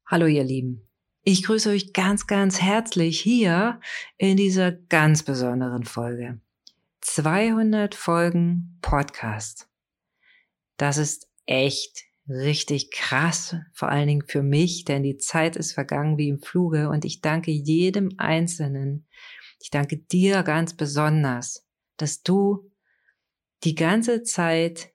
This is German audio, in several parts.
Hallo ihr Lieben, ich grüße euch ganz, ganz herzlich hier in dieser ganz besonderen Folge. 200 Folgen Podcast. Das ist echt richtig krass, vor allen Dingen für mich, denn die Zeit ist vergangen wie im Fluge und ich danke jedem Einzelnen. Ich danke dir ganz besonders, dass du die ganze Zeit,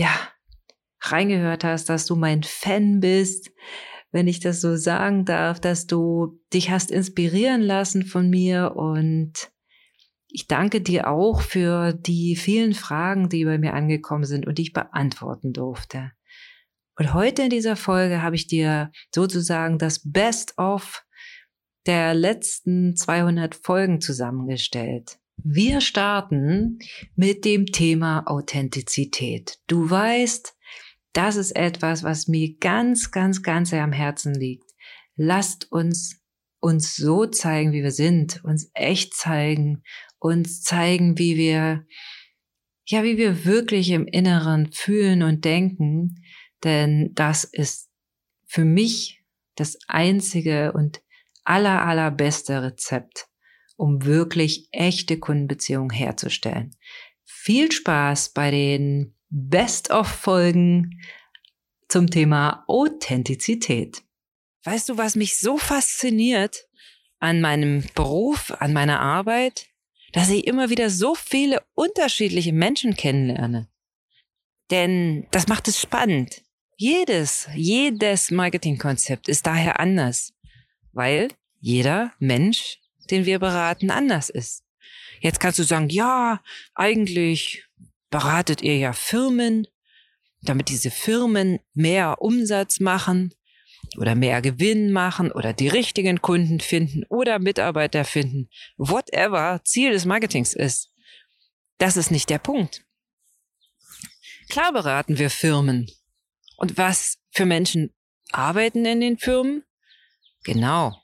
reingehört hast, dass du mein Fan bist, wenn ich das so sagen darf, dass du dich hast inspirieren lassen von mir, und ich danke dir auch für die vielen Fragen, die bei mir angekommen sind und die ich beantworten durfte. Und heute in dieser Folge habe ich dir sozusagen das Best-of der letzten 200 Folgen zusammengestellt. Wir starten mit dem Thema Authentizität. Du weißt, das ist etwas, was mir ganz, ganz, ganz sehr am Herzen liegt. Lasst uns so zeigen, wie wir sind, uns echt zeigen, uns zeigen, wie wir wirklich im Inneren fühlen und denken, denn das ist für mich das einzige und allerbeste Rezept, um wirklich echte Kundenbeziehungen herzustellen. Viel Spaß bei den Best-of-Folgen zum Thema Authentizität. Weißt du, was mich so fasziniert an meinem Beruf, an meiner Arbeit, dass ich immer wieder so viele unterschiedliche Menschen kennenlerne. Denn das macht es spannend. Jedes Marketingkonzept ist daher anders, weil jeder Mensch, den wir beraten, anders ist. Jetzt kannst du sagen, ja, eigentlich beratet ihr ja Firmen, damit diese Firmen mehr Umsatz machen oder mehr Gewinn machen oder die richtigen Kunden finden oder Mitarbeiter finden. Whatever Ziel des Marketings ist. Das ist nicht der Punkt. Klar beraten wir Firmen. Und was für Menschen arbeiten in den Firmen? Genau.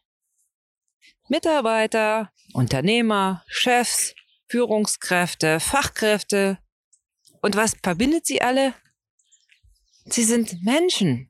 Mitarbeiter, Unternehmer, Chefs, Führungskräfte, Fachkräfte. Und was verbindet sie alle? Sie sind Menschen.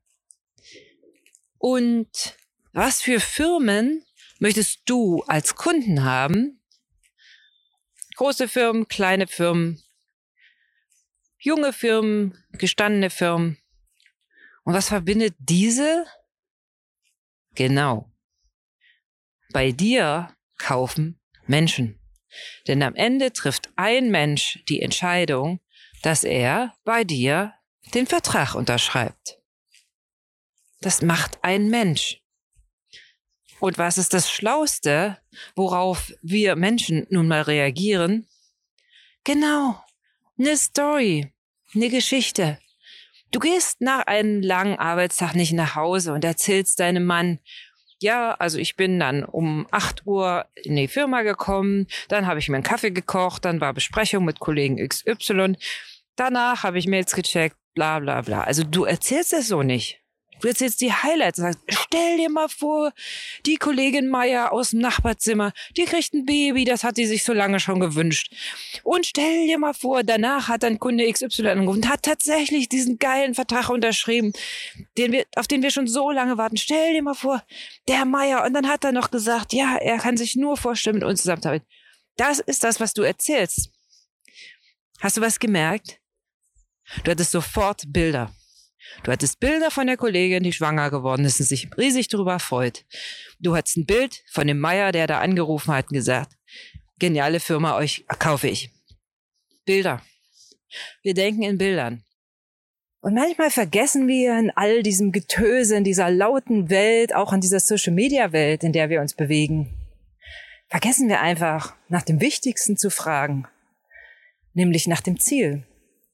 Und was für Firmen möchtest du als Kunden haben? Große Firmen, kleine Firmen, junge Firmen, gestandene Firmen. Und was verbindet diese? Genau. Bei dir kaufen Menschen. Denn am Ende trifft ein Mensch die Entscheidung, dass er bei dir den Vertrag unterschreibt. Das macht ein Mensch. Und was ist das Schlauste, worauf wir Menschen nun mal reagieren? Genau, eine Story, eine Geschichte. Du gehst nach einem langen Arbeitstag nicht nach Hause und erzählst deinem Mann, ja, also ich bin dann um 8 Uhr in die Firma gekommen, dann habe ich mir einen Kaffee gekocht, dann war Besprechung mit Kollegen XY, danach habe ich Mails gecheckt, bla bla bla. Also du erzählst es so nicht. Du erzählst die Highlights und sagst, stell dir mal vor, die Kollegin Meier aus dem Nachbarzimmer, die kriegt ein Baby, das hat die sich so lange schon gewünscht. Und stell dir mal vor, danach hat dann Kunde XY angerufen und hat tatsächlich diesen geilen Vertrag unterschrieben, auf den wir schon so lange warten. Stell dir mal vor, der Meier. Und dann hat er noch gesagt, ja, er kann sich nur vorstellen, mit uns zusammenzuarbeiten. Das ist das, was du erzählst. Hast du was gemerkt? Du hattest sofort Bilder. Du hattest Bilder von der Kollegin, die schwanger geworden ist und sich riesig darüber freut. Du hattest ein Bild von dem Meier, der da angerufen hat und gesagt, geniale Firma, euch kaufe ich. Bilder. Wir denken in Bildern. Und manchmal vergessen wir in all diesem Getöse, in dieser lauten Welt, auch in dieser Social-Media-Welt, in der wir uns bewegen, vergessen wir einfach, nach dem Wichtigsten zu fragen, nämlich nach dem Ziel.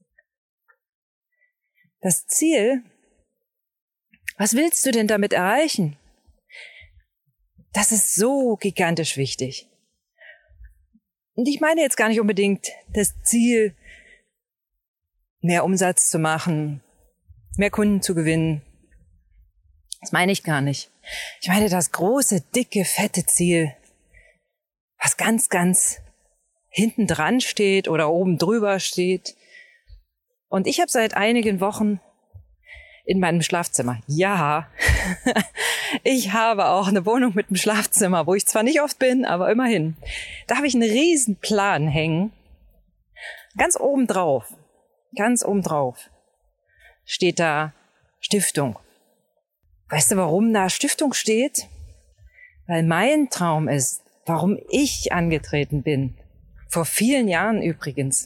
Das Ziel, was willst du denn damit erreichen? Das ist so gigantisch wichtig. Und ich meine jetzt gar nicht unbedingt das Ziel, mehr Umsatz zu machen, mehr Kunden zu gewinnen. Das meine ich gar nicht. Ich meine das große, dicke, fette Ziel, was ganz, ganz hinten dran steht oder oben drüber steht. Und ich habe seit einigen Wochen in meinem Schlafzimmer, Ich habe auch eine Wohnung mit einem Schlafzimmer, wo ich zwar nicht oft bin, aber immerhin. Da habe ich einen riesen Plan hängen. Ganz oben drauf steht da Stiftung. Weißt du, warum da Stiftung steht? Weil mein Traum ist, warum ich angetreten bin. Vor vielen Jahren übrigens.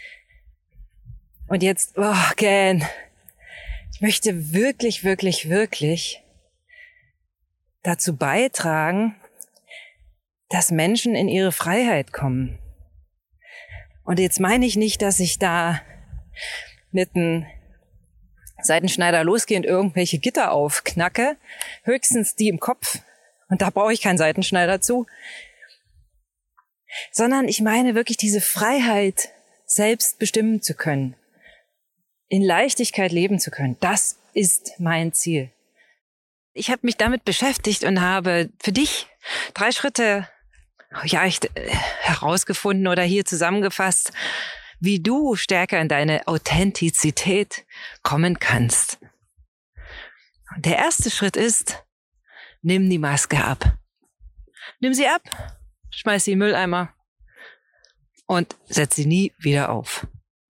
Und jetzt, Gan, ich möchte wirklich, wirklich, wirklich dazu beitragen, dass Menschen in ihre Freiheit kommen. Und jetzt meine ich nicht, dass ich da mit einem Seitenschneider losgehe und irgendwelche Gitter aufknacke, höchstens die im Kopf. Und da brauche ich keinen Seitenschneider zu. Sondern ich meine wirklich diese Freiheit, selbst bestimmen zu können. In Leichtigkeit leben zu können. Das ist mein Ziel. Ich habe mich damit beschäftigt und habe für dich 3 Schritte herausgefunden oder hier zusammengefasst, wie du stärker in deine Authentizität kommen kannst. Der erste Schritt ist, nimm die Maske ab. Nimm sie ab, schmeiß sie in den Mülleimer und setz sie nie wieder auf.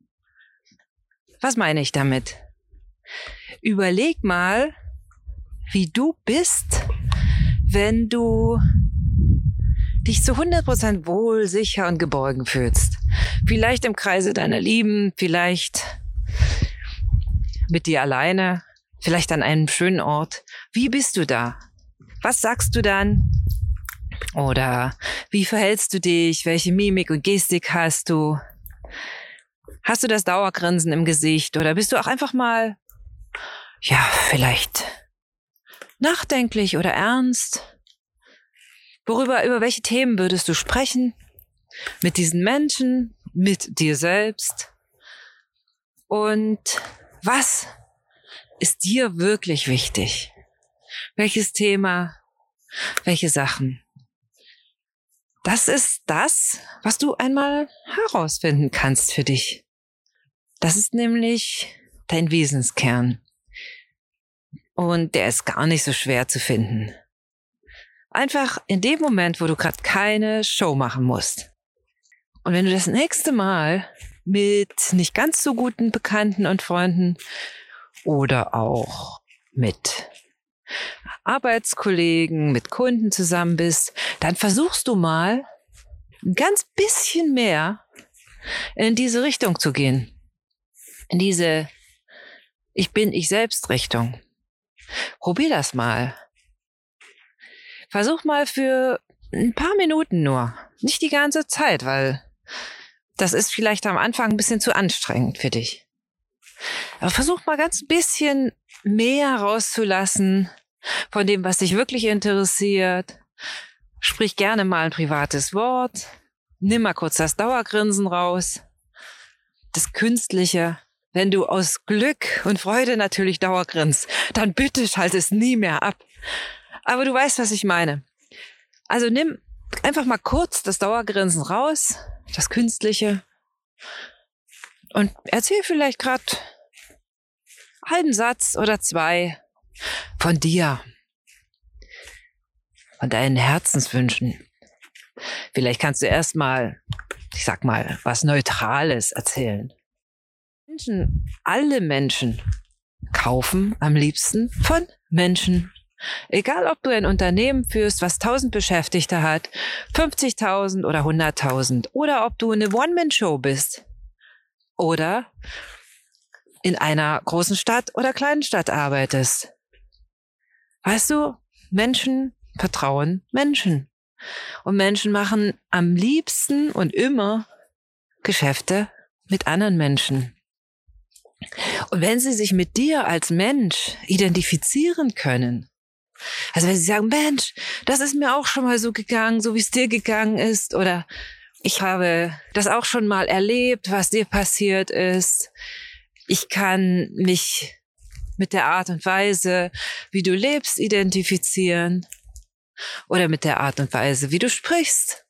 Was meine ich damit? Überleg mal, wie du bist, wenn du dich zu 100% wohl, sicher und geborgen fühlst. Vielleicht im Kreise deiner Lieben, vielleicht mit dir alleine, vielleicht an einem schönen Ort. Wie bist du da? Was sagst du dann? Oder wie verhältst du dich? Welche Mimik und Gestik hast du? Hast du das Dauergrinsen im Gesicht? Oder bist du auch einfach mal, vielleicht nachdenklich oder ernst? Über welche Themen würdest du sprechen? Mit diesen Menschen, mit dir selbst? Und was ist dir wirklich wichtig? Welches Thema? Welche Sachen? Das ist das, was du einmal herausfinden kannst für dich. Das ist nämlich dein Wesenskern. Und der ist gar nicht so schwer zu finden. Einfach in dem Moment, wo du gerade keine Show machen musst. Und wenn du das nächste Mal mit nicht ganz so guten Bekannten und Freunden oder auch mit Arbeitskollegen, mit Kunden zusammen bist, dann versuchst du mal ein ganz bisschen mehr in diese Richtung zu gehen. In diese Ich bin ich selbst Richtung. Probier das mal. Versuch mal für ein paar Minuten nur. Nicht die ganze Zeit, weil das ist vielleicht am Anfang ein bisschen zu anstrengend für dich. Aber versuch mal ganz ein bisschen mehr rauszulassen von dem, was dich wirklich interessiert. Sprich gerne mal ein privates Wort. Nimm mal kurz das Dauergrinsen raus. Das Künstliche. Wenn du aus Glück und Freude natürlich Dauergrinst, dann bitte schalt es nie mehr ab. Aber du weißt, was ich meine. Also nimm einfach mal kurz das Dauergrinsen raus, das Künstliche, und erzähl vielleicht gerade einen halben Satz oder 2 von dir, von deinen Herzenswünschen. Vielleicht kannst du erst mal, was Neutrales erzählen. Alle Menschen kaufen am liebsten von Menschen. Egal, ob du ein Unternehmen führst, was 1000 Beschäftigte hat, 50.000 oder 100.000, oder ob du eine One-Man-Show bist oder in einer großen Stadt oder kleinen Stadt arbeitest. Weißt du, Menschen vertrauen Menschen. Und Menschen machen am liebsten und immer Geschäfte mit anderen Menschen. Und wenn sie sich mit dir als Mensch identifizieren können, also wenn sie sagen, Mensch, das ist mir auch schon mal so gegangen, so wie es dir gegangen ist, oder ich habe das auch schon mal erlebt, was dir passiert ist. Ich kann mich mit der Art und Weise, wie du lebst, identifizieren, oder mit der Art und Weise, wie du sprichst.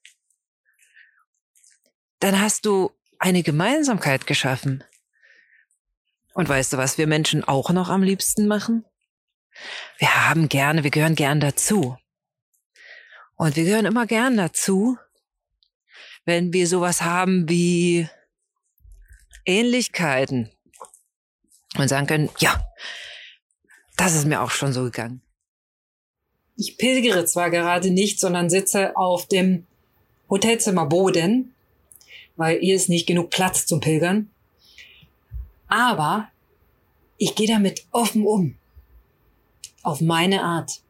Dann hast du eine Gemeinsamkeit geschaffen. Und weißt du, was wir Menschen auch noch am liebsten machen? Wir gehören gern dazu. Und wir gehören immer gern dazu, wenn wir sowas haben wie Ähnlichkeiten und sagen können, ja, das ist mir auch schon so gegangen. Ich pilgere zwar gerade nicht, sondern sitze auf dem Hotelzimmerboden, weil hier ist nicht genug Platz zum Pilgern. Aber ich gehe damit offen um. Auf meine Art.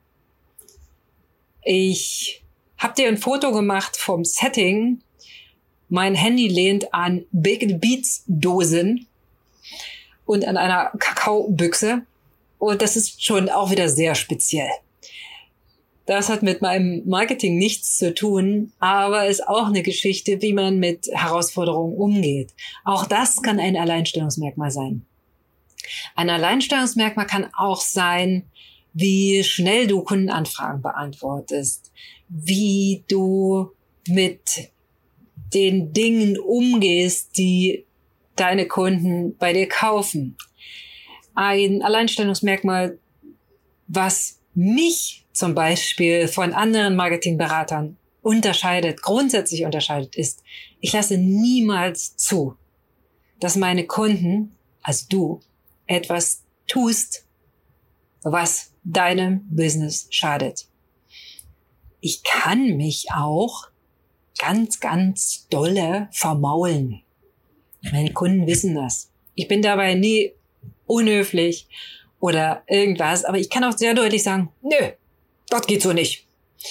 Ich habe dir ein Foto gemacht vom Setting. Mein Handy lehnt an Baked Beats Dosen und an einer Kakaobüchse. Und das ist schon auch wieder sehr speziell. Das hat mit meinem Marketing nichts zu tun, aber ist auch eine Geschichte, wie man mit Herausforderungen umgeht. Auch das kann ein Alleinstellungsmerkmal sein. Ein Alleinstellungsmerkmal kann auch sein, wie schnell du Kundenanfragen beantwortest, wie du mit den Dingen umgehst, die deine Kunden bei dir kaufen. Ein Alleinstellungsmerkmal, was mich zum Beispiel von anderen Marketingberatern grundsätzlich unterscheidet, ist, ich lasse niemals zu, dass meine Kunden, also du, etwas tust, was deinem Business schadet. Ich kann mich auch ganz, ganz dolle vermaulen. Meine Kunden wissen das. Ich bin dabei nie unhöflich oder irgendwas, aber ich kann auch sehr deutlich sagen, nö, das geht so nicht.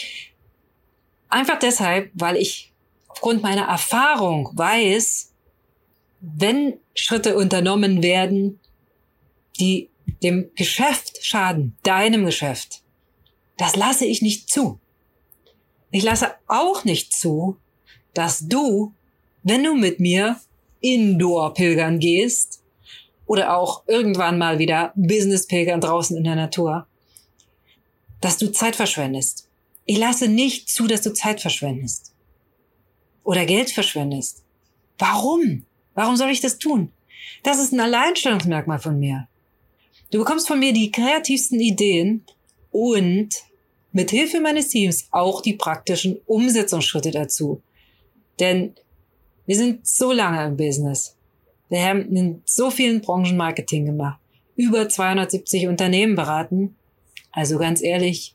Einfach deshalb, weil ich aufgrund meiner Erfahrung weiß, wenn Schritte unternommen werden, die dem Geschäft schaden, deinem Geschäft, das lasse ich nicht zu. Ich lasse auch nicht zu, dass du, wenn du mit mir Indoor pilgern gehst oder auch irgendwann mal wieder Business pilgern draußen in der Natur, dass du Zeit verschwendest. Ich lasse nicht zu, dass du Zeit verschwendest oder Geld verschwendest. Warum? Warum soll ich das tun? Das ist ein Alleinstellungsmerkmal von mir. Du bekommst von mir die kreativsten Ideen und mit Hilfe meines Teams auch die praktischen Umsetzungsschritte dazu. Denn wir sind so lange im Business. Wir haben in so vielen Branchen Marketing gemacht, über 270 Unternehmen beraten. Also ganz ehrlich,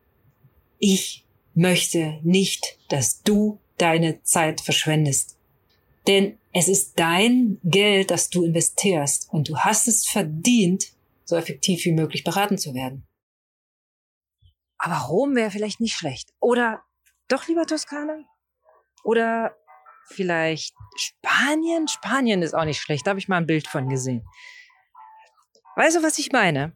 ich möchte nicht, dass du deine Zeit verschwendest. Denn es ist dein Geld, das du investierst und du hast es verdient, so effektiv wie möglich beraten zu werden. Aber Rom wäre vielleicht nicht schlecht. Oder doch lieber Toskana? Oder vielleicht Spanien? Spanien ist auch nicht schlecht. Da habe ich mal ein Bild von gesehen. Weißt du, was ich meine?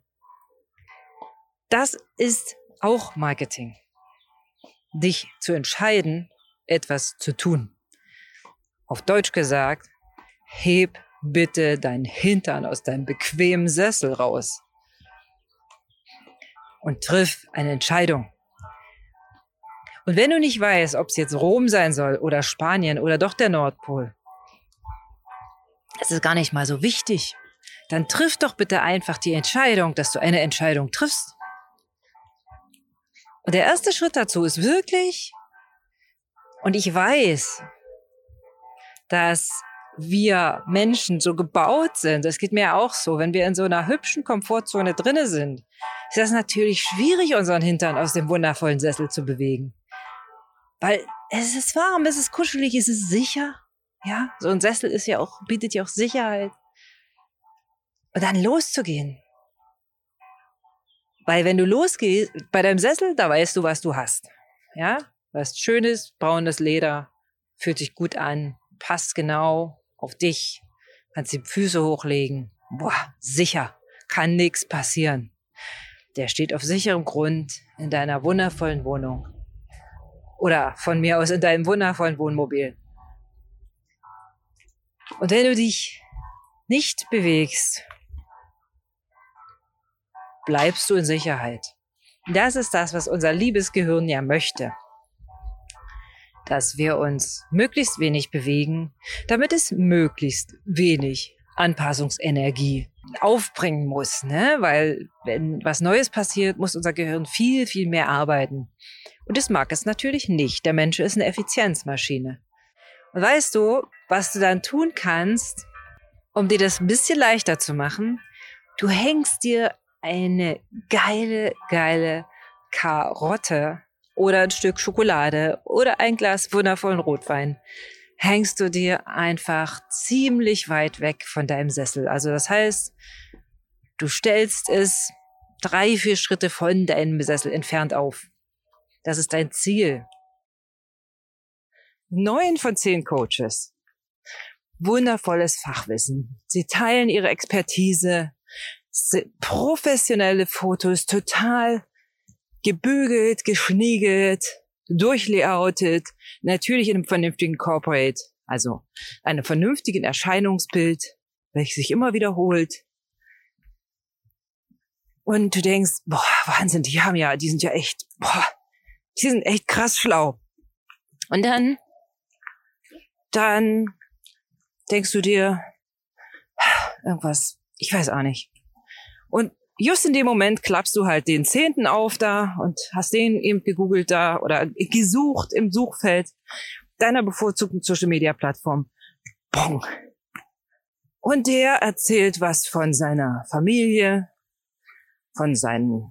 Das ist auch Marketing. Dich zu entscheiden, etwas zu tun. Auf Deutsch gesagt, heb bitte deinen Hintern aus deinem bequemen Sessel raus und triff eine Entscheidung. Und wenn du nicht weißt, ob es jetzt Rom sein soll oder Spanien oder doch der Nordpol, das ist gar nicht mal so wichtig. Dann triff doch bitte einfach die Entscheidung, dass du eine Entscheidung triffst. Und der erste Schritt dazu ist wirklich, und ich weiß, dass wir Menschen so gebaut sind, das geht mir auch so, wenn wir in so einer hübschen Komfortzone drinne sind, ist das natürlich schwierig, unseren Hintern aus dem wundervollen Sessel zu bewegen. Weil es ist warm, es ist kuschelig, es ist sicher. Ja, so ein Sessel ist ja auch, bietet ja auch Sicherheit. Und dann loszugehen. Weil wenn du losgehst, bei deinem Sessel, da weißt du, was du hast. Ja, du hast schönes, braunes Leder, fühlt sich gut an, passt genau auf dich, kannst die Füße hochlegen. Boah, sicher, kann nichts passieren. Der steht auf sicherem Grund in deiner wundervollen Wohnung. Oder von mir aus in deinem wundervollen Wohnmobil. Und wenn du dich nicht bewegst, bleibst du in Sicherheit. Das ist das, was unser liebes Gehirn ja möchte. Dass wir uns möglichst wenig bewegen, damit es möglichst wenig Anpassungsenergie aufbringen muss, ne? Weil wenn was Neues passiert, muss unser Gehirn viel, viel mehr arbeiten. Und das mag es natürlich nicht. Der Mensch ist eine Effizienzmaschine. Und weißt du, was du dann tun kannst, um dir das ein bisschen leichter zu machen? Du hängst dir eine geile Karotte oder ein Stück Schokolade oder ein Glas wundervollen Rotwein, hängst du dir einfach ziemlich weit weg von deinem Sessel. Also das heißt, du stellst es 3-4 Schritte von deinem Sessel entfernt auf. Das ist dein Ziel. 9 von 10 Coaches. Wundervolles Fachwissen. Sie teilen ihre Expertise, professionelle Fotos, total gebügelt, geschniegelt, durchlayoutet, natürlich in einem vernünftigen Corporate, also einem vernünftigen Erscheinungsbild, welches sich immer wiederholt. Und du denkst, boah, Wahnsinn, die sind ja echt, die sind echt krass schlau. Und dann denkst du dir, irgendwas, ich weiß auch nicht. Und just in dem Moment klappst du halt den 10. auf da und hast den eben gegoogelt da oder gesucht im Suchfeld deiner bevorzugten Social-Media-Plattform. Bong. Und der erzählt was von seiner Familie, von seinen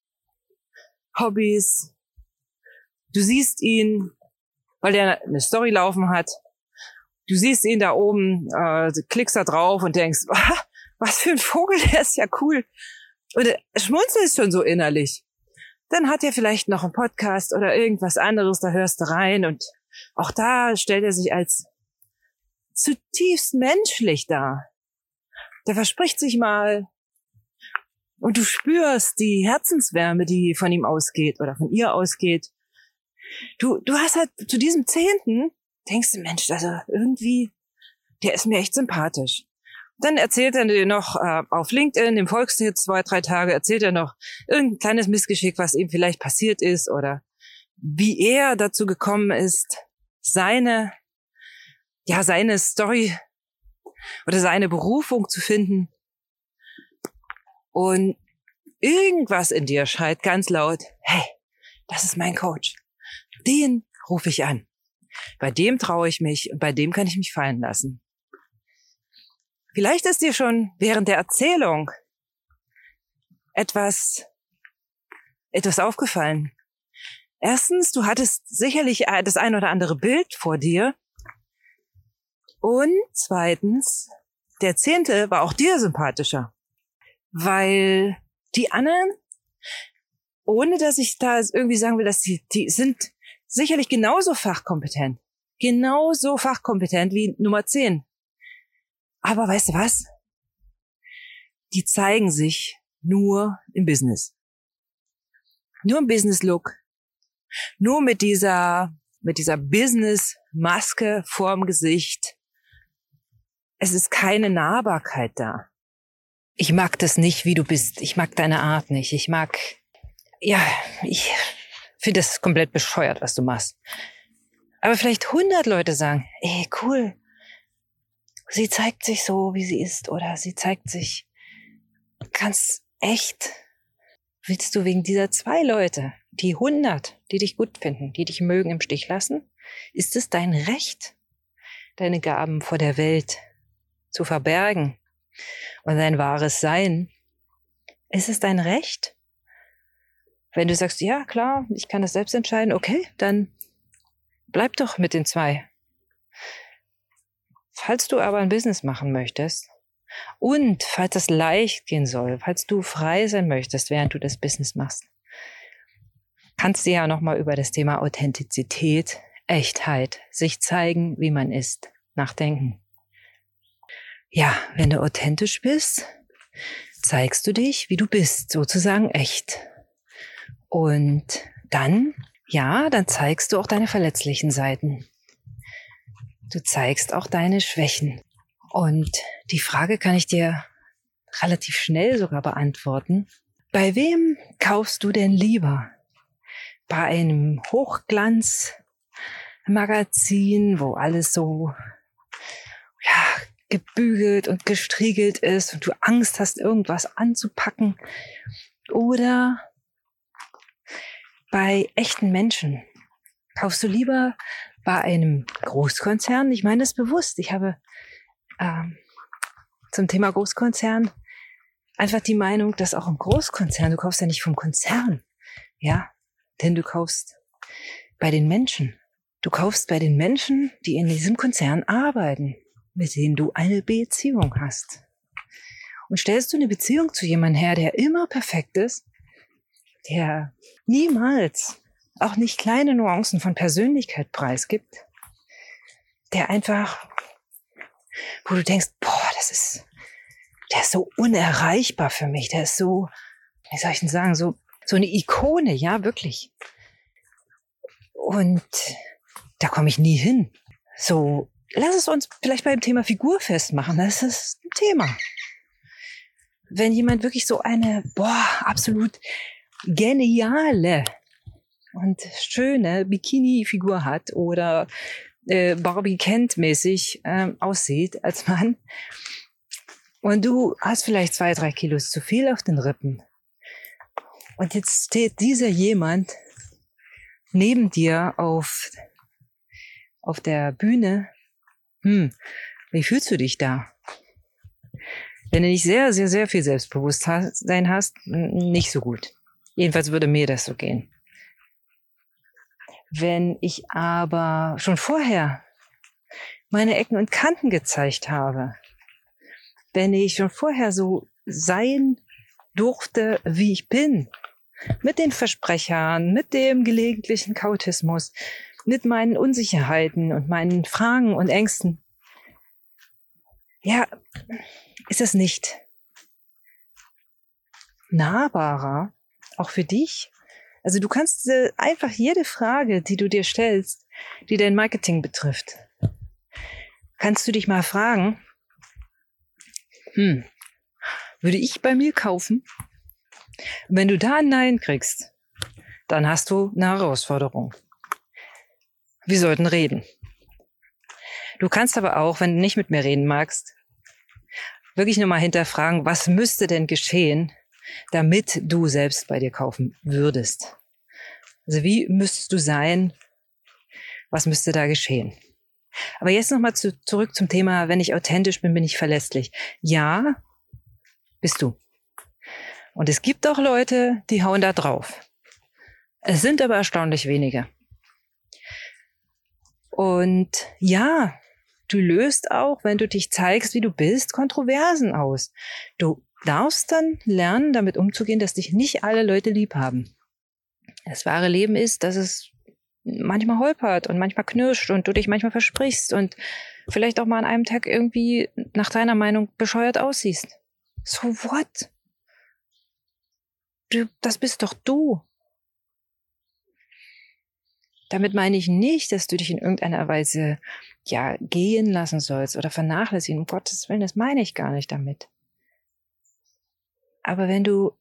Hobbys. Du siehst ihn, weil der eine Story laufen hat. Du siehst ihn da oben, klickst da drauf und denkst, was für ein Vogel, der ist ja cool. Und schmunzelst schon so innerlich. Dann hat er vielleicht noch einen Podcast oder irgendwas anderes, da hörst du rein und auch da stellt er sich als zutiefst menschlich dar. Der verspricht sich mal und du spürst die Herzenswärme, die von ihm ausgeht oder von ihr ausgeht. Du hast halt zu diesem 10. denkst du, Mensch, also irgendwie, der ist mir echt sympathisch. Dann erzählt er dir noch auf LinkedIn, dem folgst du jetzt 2-3 Tage, erzählt er noch irgendein kleines Missgeschick, was ihm vielleicht passiert ist oder wie er dazu gekommen ist, seine Story oder seine Berufung zu finden. Und irgendwas in dir schreit ganz laut, hey, das ist mein Coach. Den rufe ich an. Bei dem traue ich mich und bei dem kann ich mich fallen lassen. Vielleicht ist dir schon während der Erzählung etwas aufgefallen. Erstens, du hattest sicherlich das ein oder andere Bild vor dir. Und zweitens, der 10. war auch dir sympathischer. Weil die anderen, ohne dass ich da irgendwie sagen will, dass die sind sicherlich genauso fachkompetent wie Nummer 10. Aber weißt du was? Die zeigen sich nur im Business. Nur im Business-Look. Nur mit dieser Business-Maske vorm Gesicht. Es ist keine Nahbarkeit da. Ich mag das nicht, wie du bist. Ich mag deine Art nicht. Ich finde das komplett bescheuert, was du machst. Aber vielleicht 100 Leute sagen, ey, cool. Sie zeigt sich so, wie sie ist, oder sie zeigt sich ganz echt. Willst du wegen dieser 2 Leute, die 100, die dich gut finden, die dich mögen, im Stich lassen? Ist es dein Recht, deine Gaben vor der Welt zu verbergen und dein wahres Sein? Ist es dein Recht? Wenn du sagst, ja klar, ich kann das selbst entscheiden, okay, dann bleib doch mit den 2. Falls du aber ein Business machen möchtest und falls das leicht gehen soll, falls du frei sein möchtest, während du das Business machst, kannst du ja nochmal über das Thema Authentizität, Echtheit, sich zeigen, wie man ist, nachdenken. Ja, wenn du authentisch bist, zeigst du dich, wie du bist, sozusagen echt. Und dann zeigst du auch deine verletzlichen Seiten. Du zeigst auch deine Schwächen. Und die Frage kann ich dir relativ schnell sogar beantworten. Bei wem kaufst du denn lieber? Bei einem Hochglanzmagazin, wo alles so gebügelt und gestriegelt ist und du Angst hast, irgendwas anzupacken. Oder bei echten Menschen. Kaufst du lieber bei einem Großkonzern? Ich meine das bewusst. Ich habe zum Thema Großkonzern einfach die Meinung, dass auch im Großkonzern, du kaufst ja nicht vom Konzern, ja, denn du kaufst bei den Menschen. Du kaufst bei den Menschen, die in diesem Konzern arbeiten, mit denen du eine Beziehung hast. Und stellst du eine Beziehung zu jemandem her, der immer perfekt ist, der niemals, auch nicht kleine Nuancen von Persönlichkeit preisgibt, der einfach, wo du denkst, boah, der ist so unerreichbar für mich, der ist so, wie soll ich denn sagen, so eine Ikone, ja, wirklich. Und da komme ich nie hin. So, lass es uns vielleicht beim Thema Figur festmachen. Das ist ein Thema. Wenn jemand wirklich so eine, absolut geniale und schöne Bikini-Figur hat oder Barbie Kent-mäßig aussieht als Mann und du hast vielleicht 2-3 Kilos zu viel auf den Rippen und jetzt steht dieser jemand neben dir auf der Bühne, wie fühlst du dich da? Wenn du nicht sehr, sehr, sehr viel Selbstbewusstsein hast, nicht so gut. Jedenfalls würde mir das so gehen. Wenn ich aber schon vorher meine Ecken und Kanten gezeigt habe, wenn ich schon vorher so sein durfte, wie ich bin, mit den Versprechern, mit dem gelegentlichen Kautismus, mit meinen Unsicherheiten und meinen Fragen und Ängsten, ja, ist es nicht nahbarer, auch für dich? Also du kannst einfach jede Frage, die du dir stellst, die dein Marketing betrifft, kannst du dich mal fragen, würde ich bei mir kaufen? Wenn du da ein Nein kriegst, dann hast du eine Herausforderung. Wir sollten reden. Du kannst aber auch, wenn du nicht mit mir reden magst, wirklich nur mal hinterfragen, was müsste denn geschehen, damit du selbst bei dir kaufen würdest? Also wie müsstest du sein? Was müsste da geschehen? Aber jetzt nochmal zurück zum Thema, wenn ich authentisch bin, bin ich verlässlich. Ja, bist du. Und es gibt auch Leute, die hauen da drauf. Es sind aber erstaunlich wenige. Und ja, du löst auch, wenn du dich zeigst, wie du bist, Kontroversen aus. Du darfst dann lernen, damit umzugehen, dass dich nicht alle Leute lieb haben. Das wahre Leben ist, dass es manchmal holpert und manchmal knirscht und du dich manchmal versprichst und vielleicht auch mal an einem Tag irgendwie nach deiner Meinung bescheuert aussiehst. So what? Das bist doch du. Damit meine ich nicht, dass du dich in irgendeiner Weise gehen lassen sollst oder vernachlässigen. Um Gottes Willen, das meine ich gar nicht damit. Aber wenn du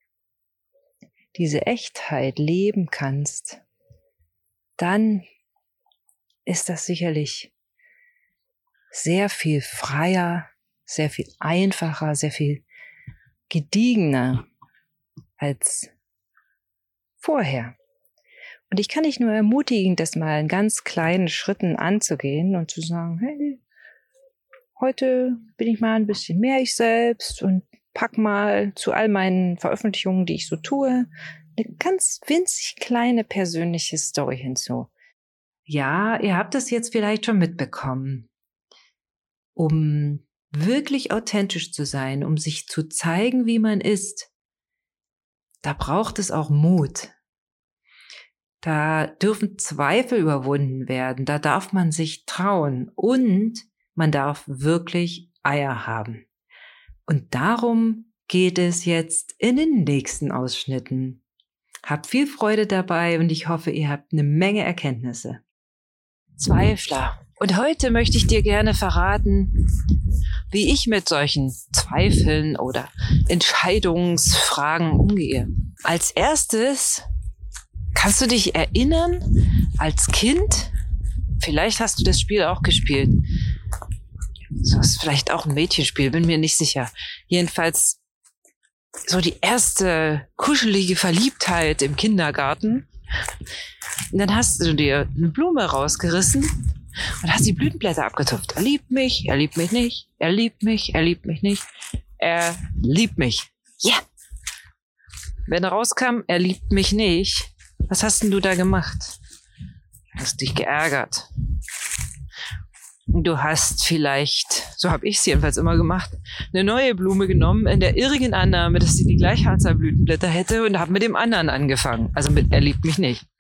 diese Echtheit leben kannst, dann ist das sicherlich sehr viel freier, sehr viel einfacher, sehr viel gediegener als vorher. Und ich kann dich nur ermutigen, das mal in ganz kleinen Schritten anzugehen und zu sagen, hey, heute bin ich mal ein bisschen mehr ich selbst und pack mal zu all meinen Veröffentlichungen, die ich so tue, eine ganz winzig kleine persönliche Story hinzu. Ja, ihr habt das jetzt vielleicht schon mitbekommen. Um wirklich authentisch zu sein, um sich zu zeigen, wie man ist, da braucht es auch Mut. Da dürfen Zweifel überwunden werden, da darf man sich trauen und man darf wirklich Eier haben. Und darum geht es jetzt in den nächsten Ausschnitten. Habt viel Freude dabei und ich hoffe, ihr habt eine Menge Erkenntnisse. Zweifler. Und heute möchte ich dir gerne verraten, wie ich mit solchen Zweifeln oder Entscheidungsfragen umgehe. Als erstes kannst du dich erinnern, als Kind, vielleicht hast du das Spiel auch gespielt, Das ist vielleicht auch ein Mädchenspiel, bin mir nicht sicher. Jedenfalls so die erste kuschelige Verliebtheit im Kindergarten. Und dann hast du dir eine Blume rausgerissen und hast die Blütenblätter abgetupft. Er liebt mich nicht, er liebt mich nicht, er liebt mich. Ja! Yeah. Wenn rauskam, er liebt mich nicht, was hast denn du da gemacht? Hast dich geärgert. Du hast vielleicht, so habe ich es jedenfalls immer gemacht, eine neue Blume genommen, in der irrigen Annahme, dass sie die gleiche Anzahl Blütenblätter hätte und habe mit dem anderen angefangen. Also mit er liebt mich nicht.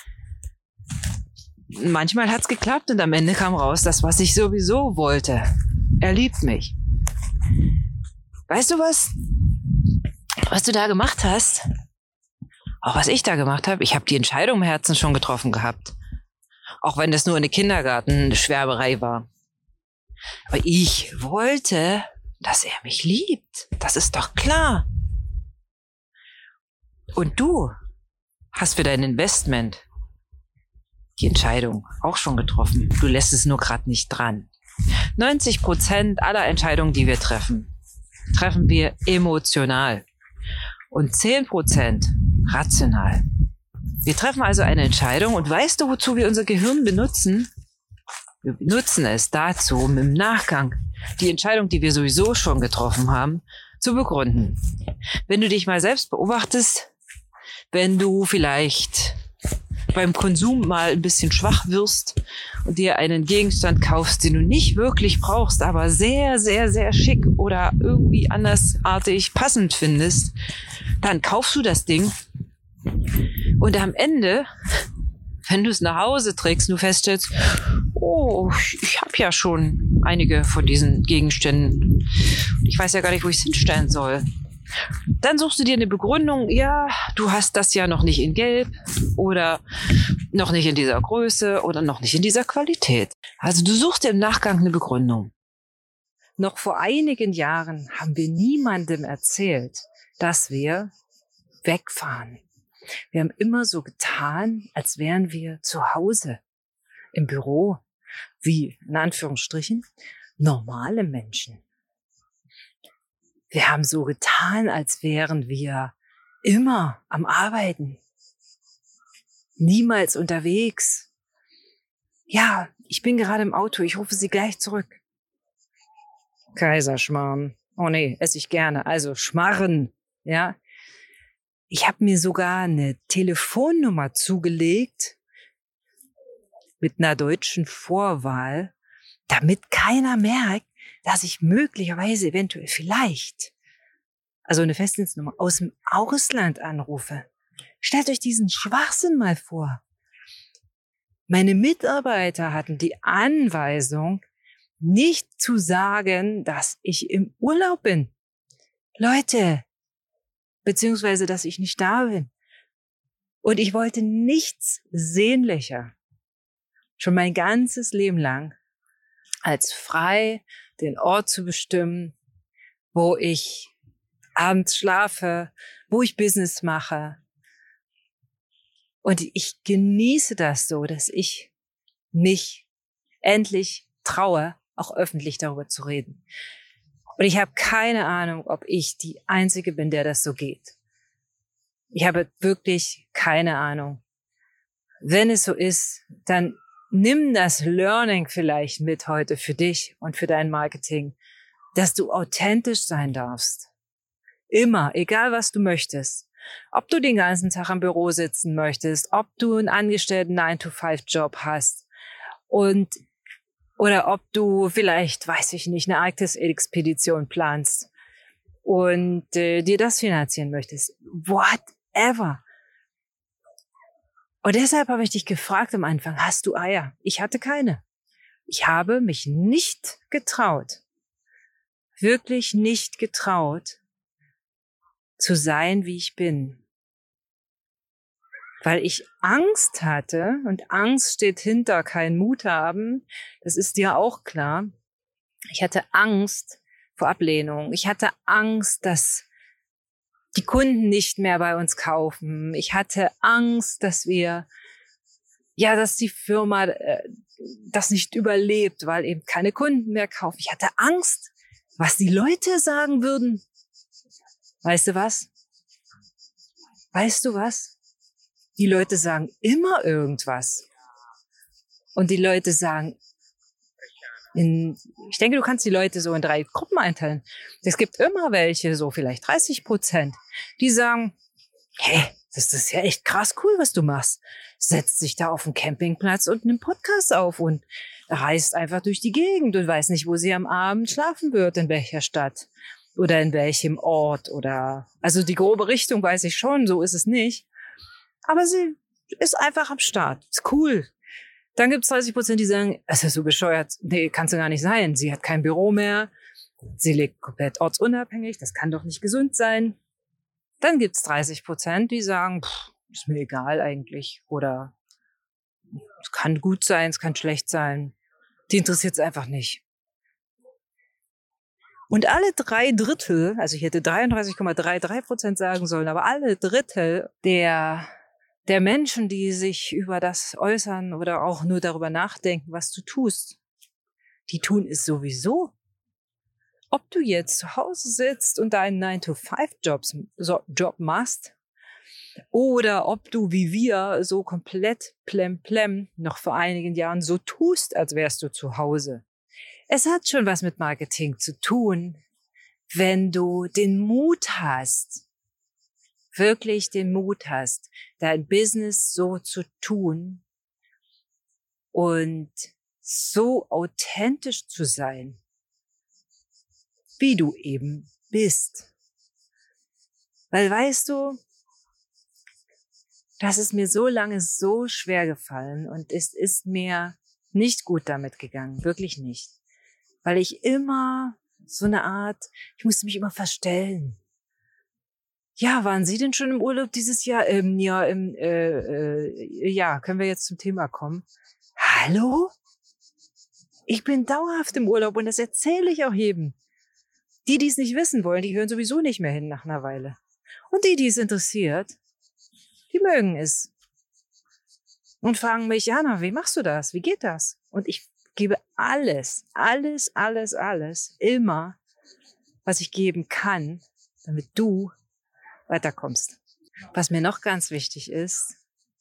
Manchmal hat's geklappt und am Ende kam raus, das, was ich sowieso wollte. Er liebt mich. Weißt du was du da gemacht hast? Auch was ich da gemacht habe? Ich habe die Entscheidung im Herzen schon getroffen gehabt. Auch wenn das nur eine Kindergarten-Schwärmerei war. Aber ich wollte, dass er mich liebt. Das ist doch klar. Und du hast für dein Investment die Entscheidung auch schon getroffen. Du lässt es nur gerade nicht dran. 90% aller Entscheidungen, die wir treffen, treffen wir emotional. Und 10% rational. Wir treffen also eine Entscheidung und weißt du, wozu wir unser Gehirn benutzen? Wir benutzen es dazu, um im Nachgang die Entscheidung, die wir sowieso schon getroffen haben, zu begründen. Wenn du dich mal selbst beobachtest, wenn du vielleicht beim Konsum mal ein bisschen schwach wirst und dir einen Gegenstand kaufst, den du nicht wirklich brauchst, aber sehr, sehr, sehr schick oder irgendwie andersartig passend findest, dann kaufst du das Ding und am Ende, wenn du es nach Hause trägst, du feststellst, oh, ich habe ja schon einige von diesen Gegenständen. Ich weiß ja gar nicht, wo ich es hinstellen soll. Dann suchst du dir eine Begründung, ja, du hast das ja noch nicht in Gelb oder noch nicht in dieser Größe oder noch nicht in dieser Qualität. Also du suchst dir im Nachgang eine Begründung. Noch vor einigen Jahren haben wir niemandem erzählt, dass wir wegfahren. Wir haben immer so getan, als wären wir zu Hause, im Büro, wie, in Anführungsstrichen, normale Menschen. Wir haben so getan, als wären wir immer am Arbeiten, niemals unterwegs. Ja, ich bin gerade im Auto, ich rufe Sie gleich zurück. Kaiserschmarrn. Oh nee, esse ich gerne. Also Schmarren, ja. Ich habe mir sogar eine Telefonnummer zugelegt mit einer deutschen Vorwahl, damit keiner merkt, dass ich möglicherweise eventuell vielleicht, also eine Festnetznummer, aus dem Ausland anrufe. Stellt euch diesen Schwachsinn mal vor. Meine Mitarbeiter hatten die Anweisung, nicht zu sagen, dass ich im Urlaub bin. Leute, beziehungsweise, dass ich nicht da bin. Und ich wollte nichts sehnlicher, schon mein ganzes Leben lang, als frei den Ort zu bestimmen, wo ich abends schlafe, wo ich Business mache. Und ich genieße das so, dass ich mich endlich traue, auch öffentlich darüber zu reden. Und ich habe keine Ahnung, ob ich die Einzige bin, der das so geht. Ich habe wirklich keine Ahnung. Wenn es so ist, dann nimm das Learning vielleicht mit heute für dich und für dein Marketing, dass du authentisch sein darfst. Immer, egal was du möchtest. Ob du den ganzen Tag im Büro sitzen möchtest, ob du einen angestellten 9-to-5-Job hast oder ob du vielleicht, weiß ich nicht, eine Arktis-Expedition planst und dir das finanzieren möchtest. Whatever. Und deshalb habe ich dich gefragt am Anfang, hast du Eier? Ich hatte keine. Ich habe mich nicht getraut, wirklich nicht getraut, zu sein, wie ich bin. Weil ich Angst hatte, und Angst steht hinter kein Mut haben, das ist dir auch klar. Ich hatte Angst vor Ablehnung. Ich hatte Angst, dass die Kunden nicht mehr bei uns kaufen. Ich hatte Angst, dass die Firma das nicht überlebt, weil eben keine Kunden mehr kaufen. Ich hatte Angst, was die Leute sagen würden. Weißt du was? Weißt du was? Die Leute sagen immer irgendwas. Und die Leute sagen, ich denke, du kannst die Leute so in 3 Gruppen einteilen. Es gibt immer welche, so vielleicht 30%, die sagen, hey, das ist ja echt krass cool, was du machst. Setzt sich da auf den Campingplatz und nimmt Podcast auf und reist einfach durch die Gegend und weiß nicht, wo sie am Abend schlafen wird, in welcher Stadt oder in welchem Ort oder, also die grobe Richtung weiß ich schon, so ist es nicht. Aber sie ist einfach am Start. Ist cool. Dann gibt es 30%, die sagen, es ist so bescheuert. Nee, kannst du gar nicht sein. Sie hat kein Büro mehr. Sie lebt komplett ortsunabhängig. Das kann doch nicht gesund sein. Dann gibt es 30%, die sagen, ist mir egal eigentlich. Oder es kann gut sein, es kann schlecht sein. Die interessiert es einfach nicht. Und alle 3/3, also ich hätte 33,33% sagen sollen, aber alle Drittel der Menschen, die sich über das äußern oder auch nur darüber nachdenken, was du tust, die tun es sowieso. Ob du jetzt zu Hause sitzt und deinen 9-to-5-Job machst oder ob du wie wir so komplett plemplem noch vor einigen Jahren so tust, als wärst du zu Hause. Es hat schon was mit Marketing zu tun, wenn du den Mut hast, wirklich den Mut hast, dein Business so zu tun und so authentisch zu sein, wie du eben bist. Weil weißt du, das ist mir so lange so schwer gefallen und es ist mir nicht gut damit gegangen, wirklich nicht. Weil ich immer so eine Art, ich musste mich immer verstellen. Ja, waren Sie denn schon im Urlaub dieses Jahr? Ja, können wir jetzt zum Thema kommen? Hallo? Ich bin dauerhaft im Urlaub und das erzähle ich auch jedem. Die es nicht wissen wollen, die hören sowieso nicht mehr hin nach einer Weile. Und die es interessiert, die mögen es. Und fragen mich, Jana, wie machst du das? Wie geht das? Und ich gebe alles, immer, was ich geben kann, damit du weiterkommst. Was mir noch ganz wichtig ist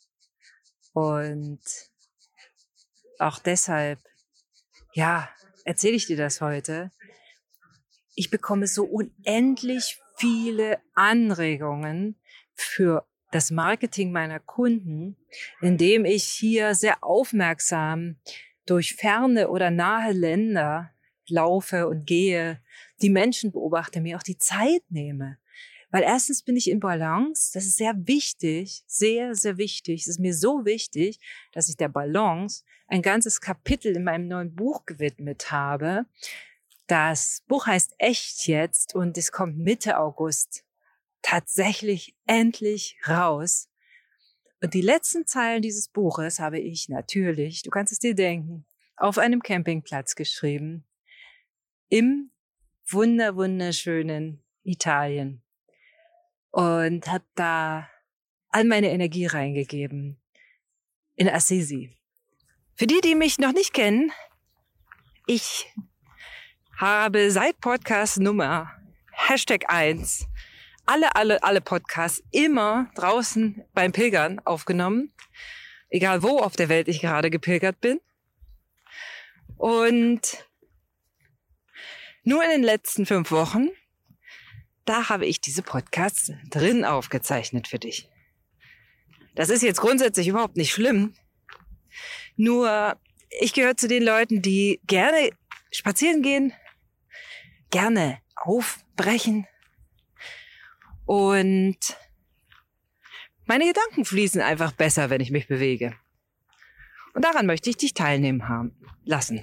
und auch deshalb, erzähle ich dir das heute. Ich bekomme so unendlich viele Anregungen für das Marketing meiner Kunden, indem ich hier sehr aufmerksam durch ferne oder nahe Länder laufe und gehe, die Menschen beobachte, mir auch die Zeit nehme. Weil erstens bin ich in Balance, das ist sehr wichtig, sehr, sehr wichtig. Es ist mir so wichtig, dass ich der Balance ein ganzes Kapitel in meinem neuen Buch gewidmet habe. Das Buch heißt Echt jetzt und es kommt Mitte August tatsächlich endlich raus. Und die letzten Zeilen dieses Buches habe ich natürlich, du kannst es dir denken, auf einem Campingplatz geschrieben, im wunderschönen Italien. Und habe da all meine Energie reingegeben in Assisi. Für die mich noch nicht kennen, ich habe seit Podcast Nummer #1 alle Podcasts immer draußen beim Pilgern aufgenommen, egal wo auf der Welt ich gerade gepilgert bin. Und nur in den letzten 5 Wochen, da habe ich diese Podcasts drin aufgezeichnet für dich. Das ist jetzt grundsätzlich überhaupt nicht schlimm. Nur ich gehöre zu den Leuten, die gerne spazieren gehen, gerne aufbrechen und meine Gedanken fließen einfach besser, wenn ich mich bewege. Und daran möchte ich dich teilnehmen haben lassen.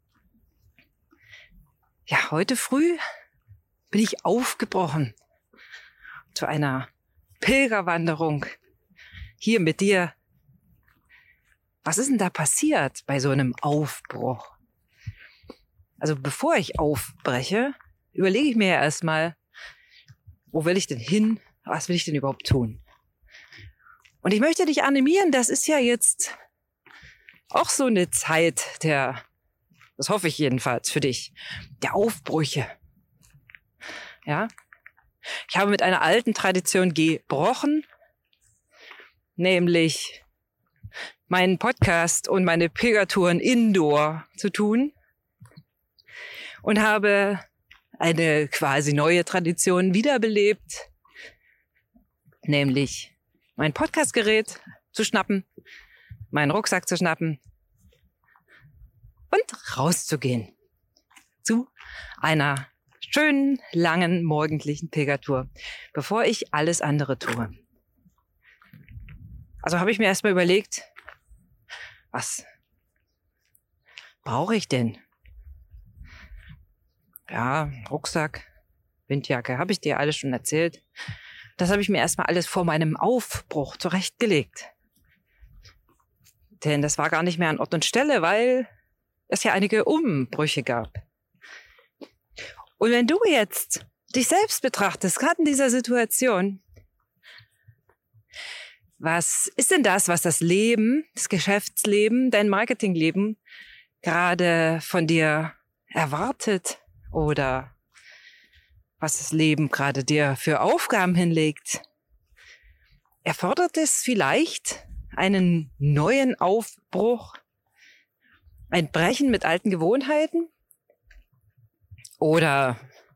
Ja, heute früh bin ich aufgebrochen zu einer Pilgerwanderung hier mit dir. Was ist denn da passiert bei so einem Aufbruch? Also bevor ich aufbreche, überlege ich mir ja erstmal, wo will ich denn hin? Was will ich denn überhaupt tun? Und ich möchte dich animieren, das ist ja jetzt auch so eine Zeit das hoffe ich jedenfalls für dich, der Aufbrüche. Ja? Ich habe mit einer alten Tradition gebrochen, nämlich meinen Podcast und meine Pilgertouren indoor zu tun und habe eine quasi neue Tradition wiederbelebt, nämlich mein Podcastgerät zu schnappen, meinen Rucksack zu schnappen und rauszugehen zu einer schönen, langen, morgendlichen Pilgertour, bevor ich alles andere tue. Also habe ich mir erstmal überlegt, was brauche ich denn? Ja, Rucksack, Windjacke, habe ich dir alles schon erzählt. Das habe ich mir erstmal alles vor meinem Aufbruch zurechtgelegt. Denn das war gar nicht mehr an Ort und Stelle, weil es ja einige Umbrüche gab. Und wenn du jetzt dich selbst betrachtest, gerade in dieser Situation, was ist denn das, was das Leben, das Geschäftsleben, dein Marketingleben gerade von dir erwartet oder was das Leben gerade dir für Aufgaben hinlegt? Erfordert es vielleicht einen neuen Aufbruch, ein Brechen mit alten Gewohnheiten? Oder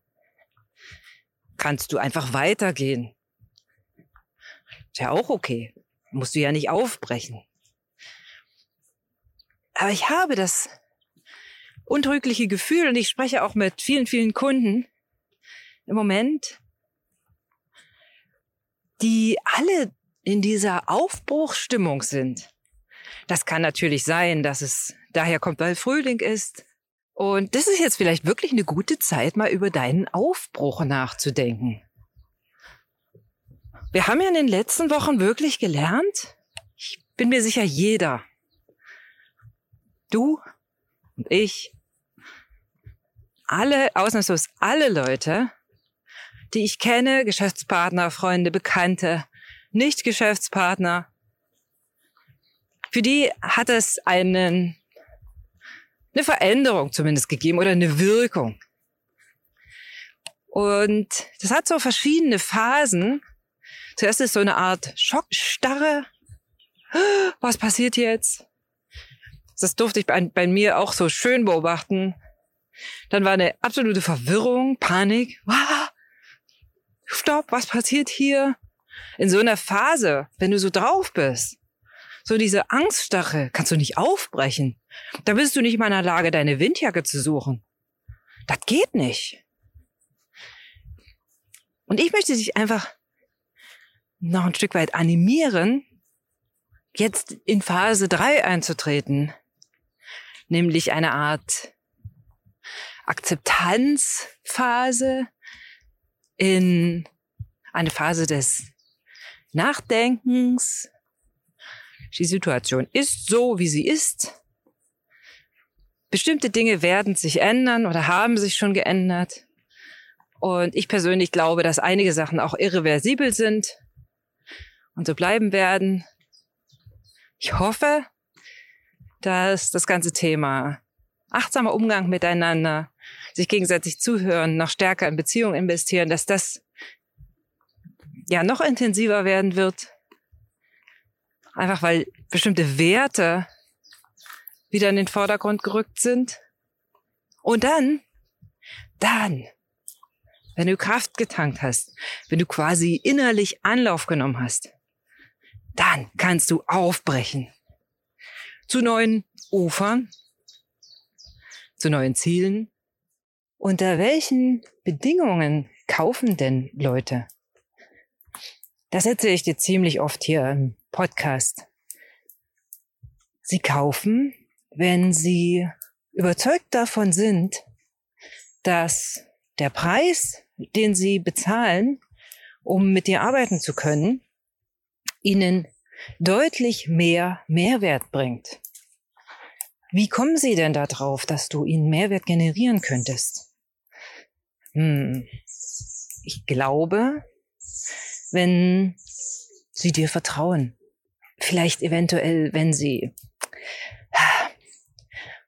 kannst du einfach weitergehen? Ist ja auch okay. Musst du ja nicht aufbrechen. Aber ich habe das untrügliche Gefühl, und ich spreche auch mit vielen, vielen Kunden im Moment, die alle in dieser Aufbruchsstimmung sind. Das kann natürlich sein, dass es daher kommt, weil Frühling ist. Und das ist jetzt vielleicht wirklich eine gute Zeit, mal über deinen Aufbruch nachzudenken. Wir haben ja in den letzten Wochen wirklich gelernt, ich bin mir sicher, jeder, du und ich, alle, ausnahmslos alle Leute, die ich kenne, Geschäftspartner, Freunde, Bekannte, Nicht-Geschäftspartner, für die hat es eine Veränderung zumindest gegeben oder eine Wirkung. Und das hat so verschiedene Phasen. Zuerst ist so eine Art Schockstarre. Was passiert jetzt? Das durfte ich bei mir auch so schön beobachten. Dann war eine absolute Verwirrung, Panik. Stopp, was passiert hier? In so einer Phase, wenn du so drauf bist, so diese Angststarre, kannst du nicht aufbrechen. Da bist du nicht mal in der Lage, deine Windjacke zu suchen. Das geht nicht. Und ich möchte dich einfach noch ein Stück weit animieren, jetzt in Phase 3 einzutreten. Nämlich eine Art Akzeptanzphase, in eine Phase des Nachdenkens. Die Situation ist so, wie sie ist. Bestimmte Dinge werden sich ändern oder haben sich schon geändert. Und ich persönlich glaube, dass einige Sachen auch irreversibel sind und so bleiben werden. Ich hoffe, dass das ganze Thema achtsamer Umgang miteinander, sich gegenseitig zuhören, noch stärker in Beziehungen investieren, dass das ja noch intensiver werden wird. Einfach weil bestimmte Werte wieder in den Vordergrund gerückt sind. Und dann, wenn du Kraft getankt hast, wenn du quasi innerlich Anlauf genommen hast, dann kannst du aufbrechen. Zu neuen Ufern, zu neuen Zielen. Unter welchen Bedingungen kaufen denn Leute? Das erzähle ich dir ziemlich oft hier im Podcast. Sie kaufen, wenn sie überzeugt davon sind, dass der Preis, den sie bezahlen, um mit dir arbeiten zu können, ihnen deutlich mehr Mehrwert bringt. Wie kommen sie denn darauf, dass du ihnen Mehrwert generieren könntest? Ich glaube, wenn sie dir vertrauen. Vielleicht eventuell, wenn sie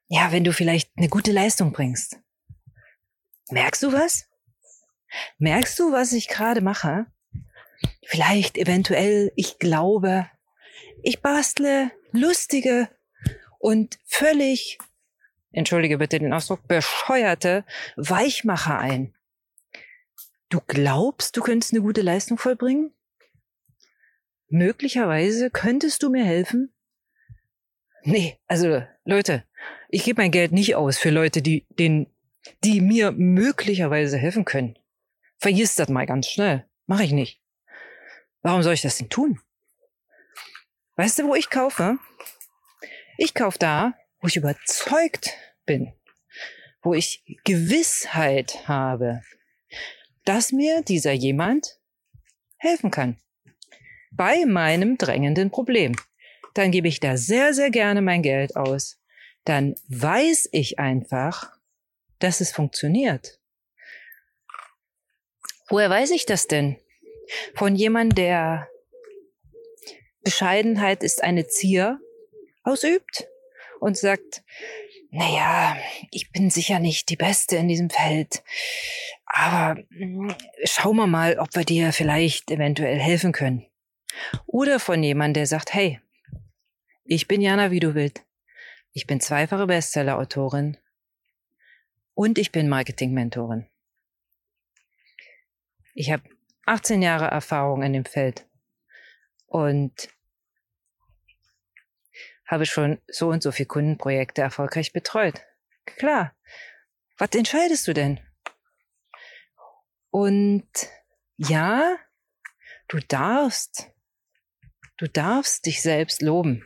Ja, wenn du vielleicht eine gute Leistung bringst. Merkst du was? Merkst du, was ich gerade mache? Vielleicht, eventuell, ich glaube, ich bastle lustige und völlig, entschuldige bitte den Ausdruck, bescheuerte Weichmacher ein. Du glaubst, du könntest eine gute Leistung vollbringen? Möglicherweise könntest du mir helfen? Nee, also Leute, ich gebe mein Geld nicht aus für Leute, die mir möglicherweise helfen können. Vergiss das mal ganz schnell. Mache ich nicht. Warum soll ich das denn tun? Weißt du, wo ich kaufe? Ich kaufe da, wo ich überzeugt bin, wo ich Gewissheit habe, dass mir dieser jemand helfen kann. Bei meinem drängenden Problem. Dann gebe ich da sehr, sehr gerne mein Geld aus. Dann weiß ich einfach, dass es funktioniert. Woher weiß ich das denn? Von jemandem, der Bescheidenheit ist eine Zier ausübt und sagt, naja, ich bin sicher nicht die Beste in diesem Feld, aber schauen wir mal, ob wir dir vielleicht eventuell helfen können. Oder von jemandem, der sagt, hey, ich bin Jana Wiedowild, ich bin zweifache Bestseller-Autorin und ich bin Marketing-Mentorin. Ich habe 18 Jahre Erfahrung in dem Feld und habe schon so und so viele Kundenprojekte erfolgreich betreut. Klar, was entscheidest du denn? Und ja, du darfst dich selbst loben,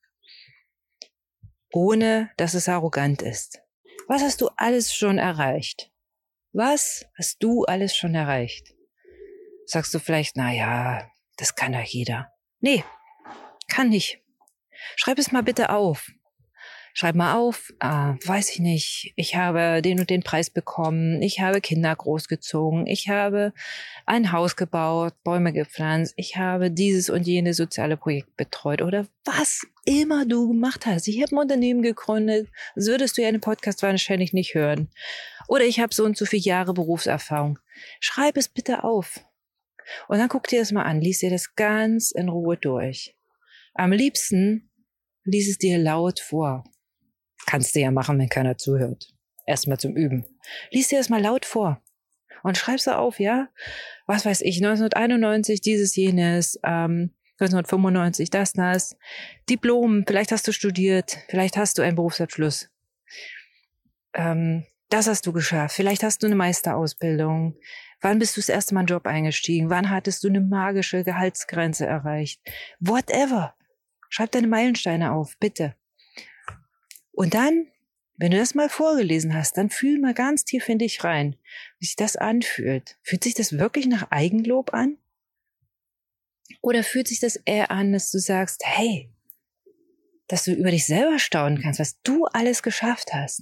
ohne dass es arrogant ist. Was hast du alles schon erreicht? Was hast du alles schon erreicht? Sagst du vielleicht, na ja, das kann doch jeder. Nee, kann nicht. Schreib es mal bitte auf. Schreib mal auf, weiß ich nicht, ich habe den und den Preis bekommen, ich habe Kinder großgezogen, ich habe ein Haus gebaut, Bäume gepflanzt, ich habe dieses und jenes soziale Projekt betreut oder was immer du gemacht hast. Ich habe ein Unternehmen gegründet, das würdest du ja in einem Podcast wahrscheinlich nicht hören. Oder ich habe so und so viele Jahre Berufserfahrung. Schreib es bitte auf. Und dann guck dir das mal an, lies dir das ganz in Ruhe durch. Am liebsten lies es dir laut vor. Kannst du ja machen, wenn keiner zuhört. Erstmal zum Üben. Lies dir das mal laut vor. Und schreib's da auf, ja? Was weiß ich, 1991 dieses, jenes, 1995 das. Diplom, vielleicht hast du studiert, vielleicht hast du einen Berufsabschluss. Das hast du geschafft. Vielleicht hast du eine Meisterausbildung. Wann bist du das erste Mal in einen Job eingestiegen? Wann hattest du eine magische Gehaltsgrenze erreicht? Whatever. Schreib deine Meilensteine auf, bitte. Und dann, wenn du das mal vorgelesen hast, dann fühl mal ganz tief in dich rein, wie sich das anfühlt. Fühlt sich das wirklich nach Eigenlob an? Oder fühlt sich das eher an, dass du sagst, hey, dass du über dich selber staunen kannst, was du alles geschafft hast?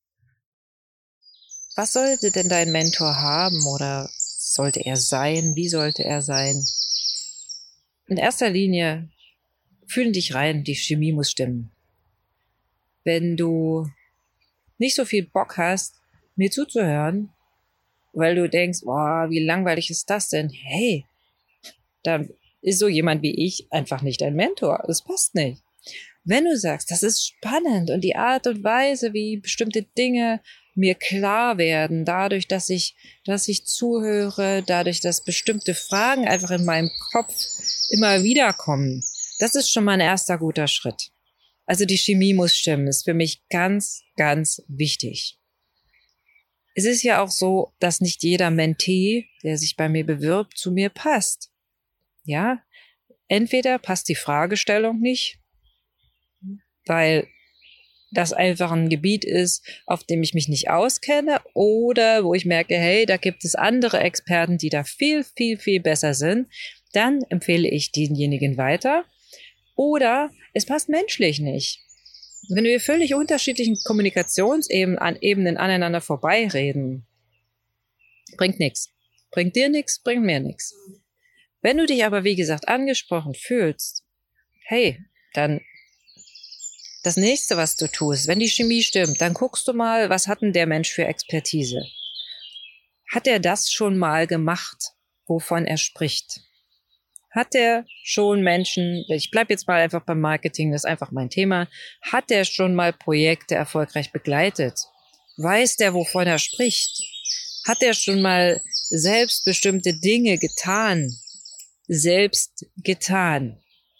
Was sollte denn dein Mentor haben oder sollte er sein? Wie sollte er sein? In erster Linie, fühl in dich rein, die Chemie muss stimmen. Wenn du nicht so viel Bock hast, mir zuzuhören, weil du denkst, boah, wie langweilig ist das denn? Hey, dann ist so jemand wie ich einfach nicht dein Mentor. Das passt nicht. Wenn du sagst, das ist spannend und die Art und Weise, wie bestimmte Dinge mir klar werden, dadurch, dass ich zuhöre, dadurch, dass bestimmte Fragen einfach in meinem Kopf immer wieder kommen, das ist schon mal ein erster guter Schritt. Also die Chemie muss stimmen, ist für mich ganz, ganz wichtig. Es ist ja auch so, dass nicht jeder Mentee, der sich bei mir bewirbt, zu mir passt. Ja, entweder passt die Fragestellung nicht, weil das einfach ein Gebiet ist, auf dem ich mich nicht auskenne oder wo ich merke, hey, da gibt es andere Experten, die da viel, viel, viel besser sind. Dann empfehle ich denjenigen weiter. Oder es passt menschlich nicht. Wenn wir völlig unterschiedlichen Kommunikationsebenen aneinander vorbeireden, bringt nichts. Bringt dir nichts, bringt mir nichts. Wenn du dich aber, wie gesagt, angesprochen fühlst, hey, dann Das nächste, was du tust, wenn die Chemie stimmt, dann guckst du mal, was hat denn der Mensch für Expertise? Hat er das schon mal gemacht, wovon er spricht? Hat er schon Menschen, ich bleibe jetzt mal einfach beim Marketing, das ist einfach mein Thema, hat er schon mal Projekte erfolgreich begleitet? Weiß der, wovon er spricht? Hat er schon mal selbst bestimmte Dinge getan? Selbst getan?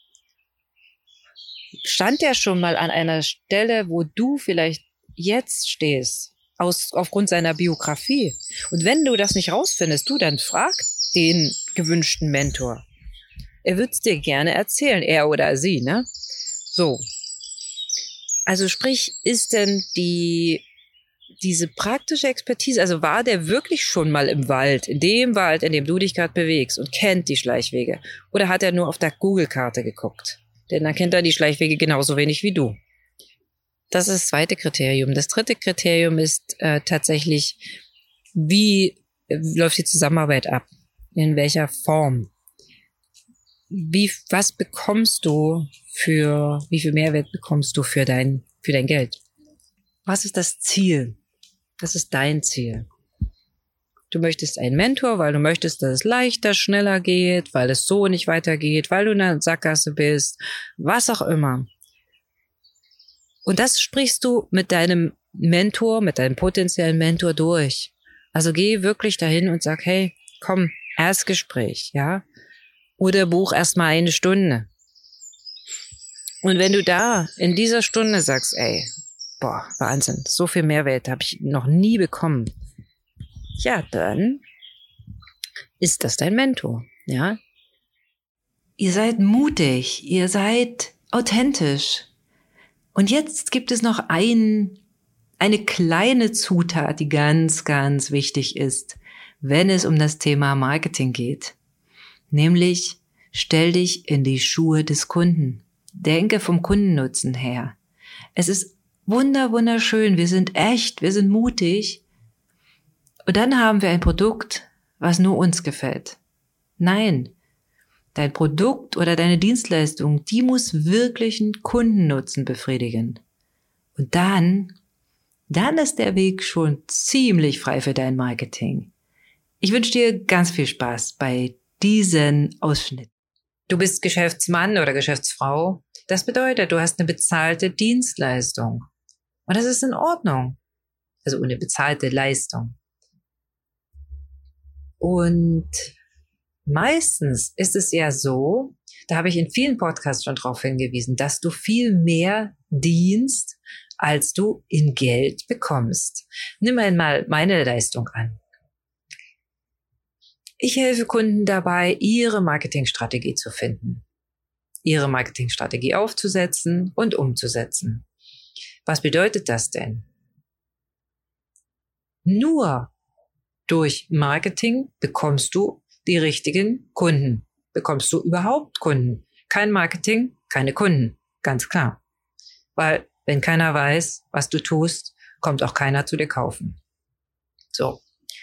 Stand er schon mal an einer Stelle, wo du vielleicht jetzt stehst, aufgrund seiner Biografie? Und wenn du das nicht rausfindest, dann frag den gewünschten Mentor. Er wird es dir gerne erzählen, er oder sie, ne? So. Also sprich, ist denn diese praktische Expertise, also war der wirklich schon mal im Wald, in dem du dich gerade bewegst und kennt die Schleichwege? Oder hat er nur auf der Google-Karte geguckt? Denn dann kennt er die Schleichwege genauso wenig wie du. Das ist das zweite Kriterium. Das dritte Kriterium ist tatsächlich, wie läuft die Zusammenarbeit ab? In welcher Form? Was bekommst du wie viel Mehrwert bekommst du für dein Geld? Was ist das Ziel? Das ist dein Ziel. Du möchtest einen Mentor, weil du möchtest, dass es leichter, schneller geht, weil es so nicht weitergeht, weil du in der Sackgasse bist, was auch immer. Und das sprichst du mit deinem Mentor, mit deinem potenziellen Mentor durch. Also geh wirklich dahin und sag, hey, komm, Erstgespräch, ja? Oder buch erstmal eine Stunde. Und wenn du da in dieser Stunde sagst, ey, boah, Wahnsinn, so viel Mehrwert habe ich noch nie bekommen. Ja, dann ist das dein Mentor, ja? Ihr seid mutig, ihr seid authentisch. Und jetzt gibt es noch eine kleine Zutat, die ganz, ganz wichtig ist, wenn es um das Thema Marketing geht. Nämlich, stell dich in die Schuhe des Kunden. Denke vom Kundennutzen her. Es ist wunderschön, wir sind echt, wir sind mutig. Und dann haben wir ein Produkt, was nur uns gefällt. Nein, dein Produkt oder deine Dienstleistung, die muss wirklichen Kundennutzen befriedigen. Und dann ist der Weg schon ziemlich frei für dein Marketing. Ich wünsche dir ganz viel Spaß bei diesen Ausschnitt. Du bist Geschäftsmann oder Geschäftsfrau. Das bedeutet, du hast eine bezahlte Dienstleistung. Und das ist in Ordnung. Also eine bezahlte Leistung. Und meistens ist es ja so, da habe ich in vielen Podcasts schon darauf hingewiesen, dass du viel mehr dienst, als du in Geld bekommst. Nimm einmal meine Leistung an. Ich helfe Kunden dabei, ihre Marketingstrategie zu finden, ihre Marketingstrategie aufzusetzen und umzusetzen. Was bedeutet das denn? Nur durch Marketing bekommst du die richtigen Kunden. Bekommst du überhaupt Kunden? Kein Marketing, keine Kunden. Ganz klar. Weil wenn keiner weiß, was du tust, kommt auch keiner zu dir kaufen. So.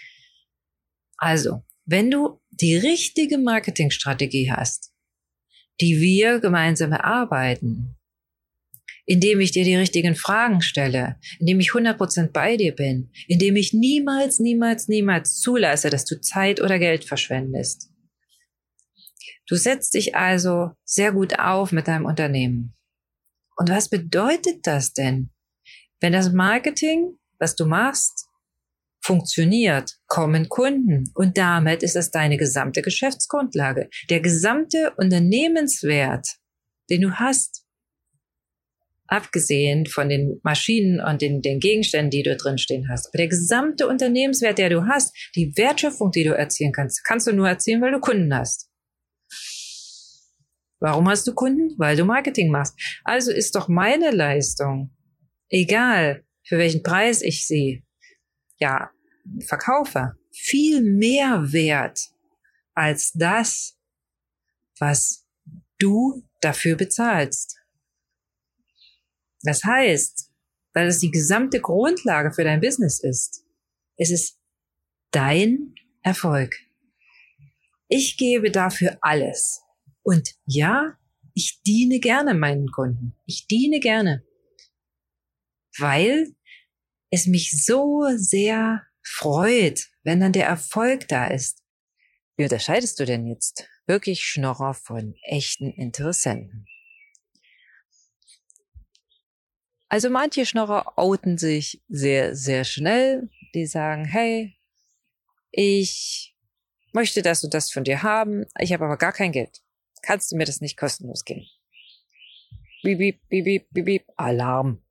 Also, wenn du die richtige Marketingstrategie hast, die wir gemeinsam erarbeiten, indem ich dir die richtigen Fragen stelle, indem ich 100% bei dir bin, indem ich niemals zulasse, dass du Zeit oder Geld verschwendest. Du setzt dich also sehr gut auf mit deinem Unternehmen. Und was bedeutet das denn? Wenn das Marketing, was du machst, funktioniert, kommen Kunden und damit ist es deine gesamte Geschäftsgrundlage. Der gesamte Unternehmenswert, den du hast, abgesehen von den Maschinen und den Gegenständen, die du drin stehen hast. Aber der gesamte Unternehmenswert, der du hast, die Wertschöpfung, die du erzielen kannst, kannst du nur erzielen, weil du Kunden hast. Warum hast du Kunden? Weil du Marketing machst. Also ist doch meine Leistung, egal für welchen Preis ich sie verkaufe, viel mehr wert als das, was du dafür bezahlst. Das heißt, weil es die gesamte Grundlage für dein Business ist, es ist dein Erfolg. Ich gebe dafür alles. Und ja, ich diene gerne meinen Kunden. Ich diene gerne. weil es mich so sehr freut, wenn dann der Erfolg da ist. Wie unterscheidest du denn jetzt wirklich Schnorrer von echten Interessenten? Also manche Schnorrer outen sich sehr, sehr schnell. Die sagen, hey, ich möchte das und das von dir haben, ich habe aber gar kein Geld. Kannst du mir das nicht kostenlos geben? Piep, piep, piep, piep, piep, piep. Alarm.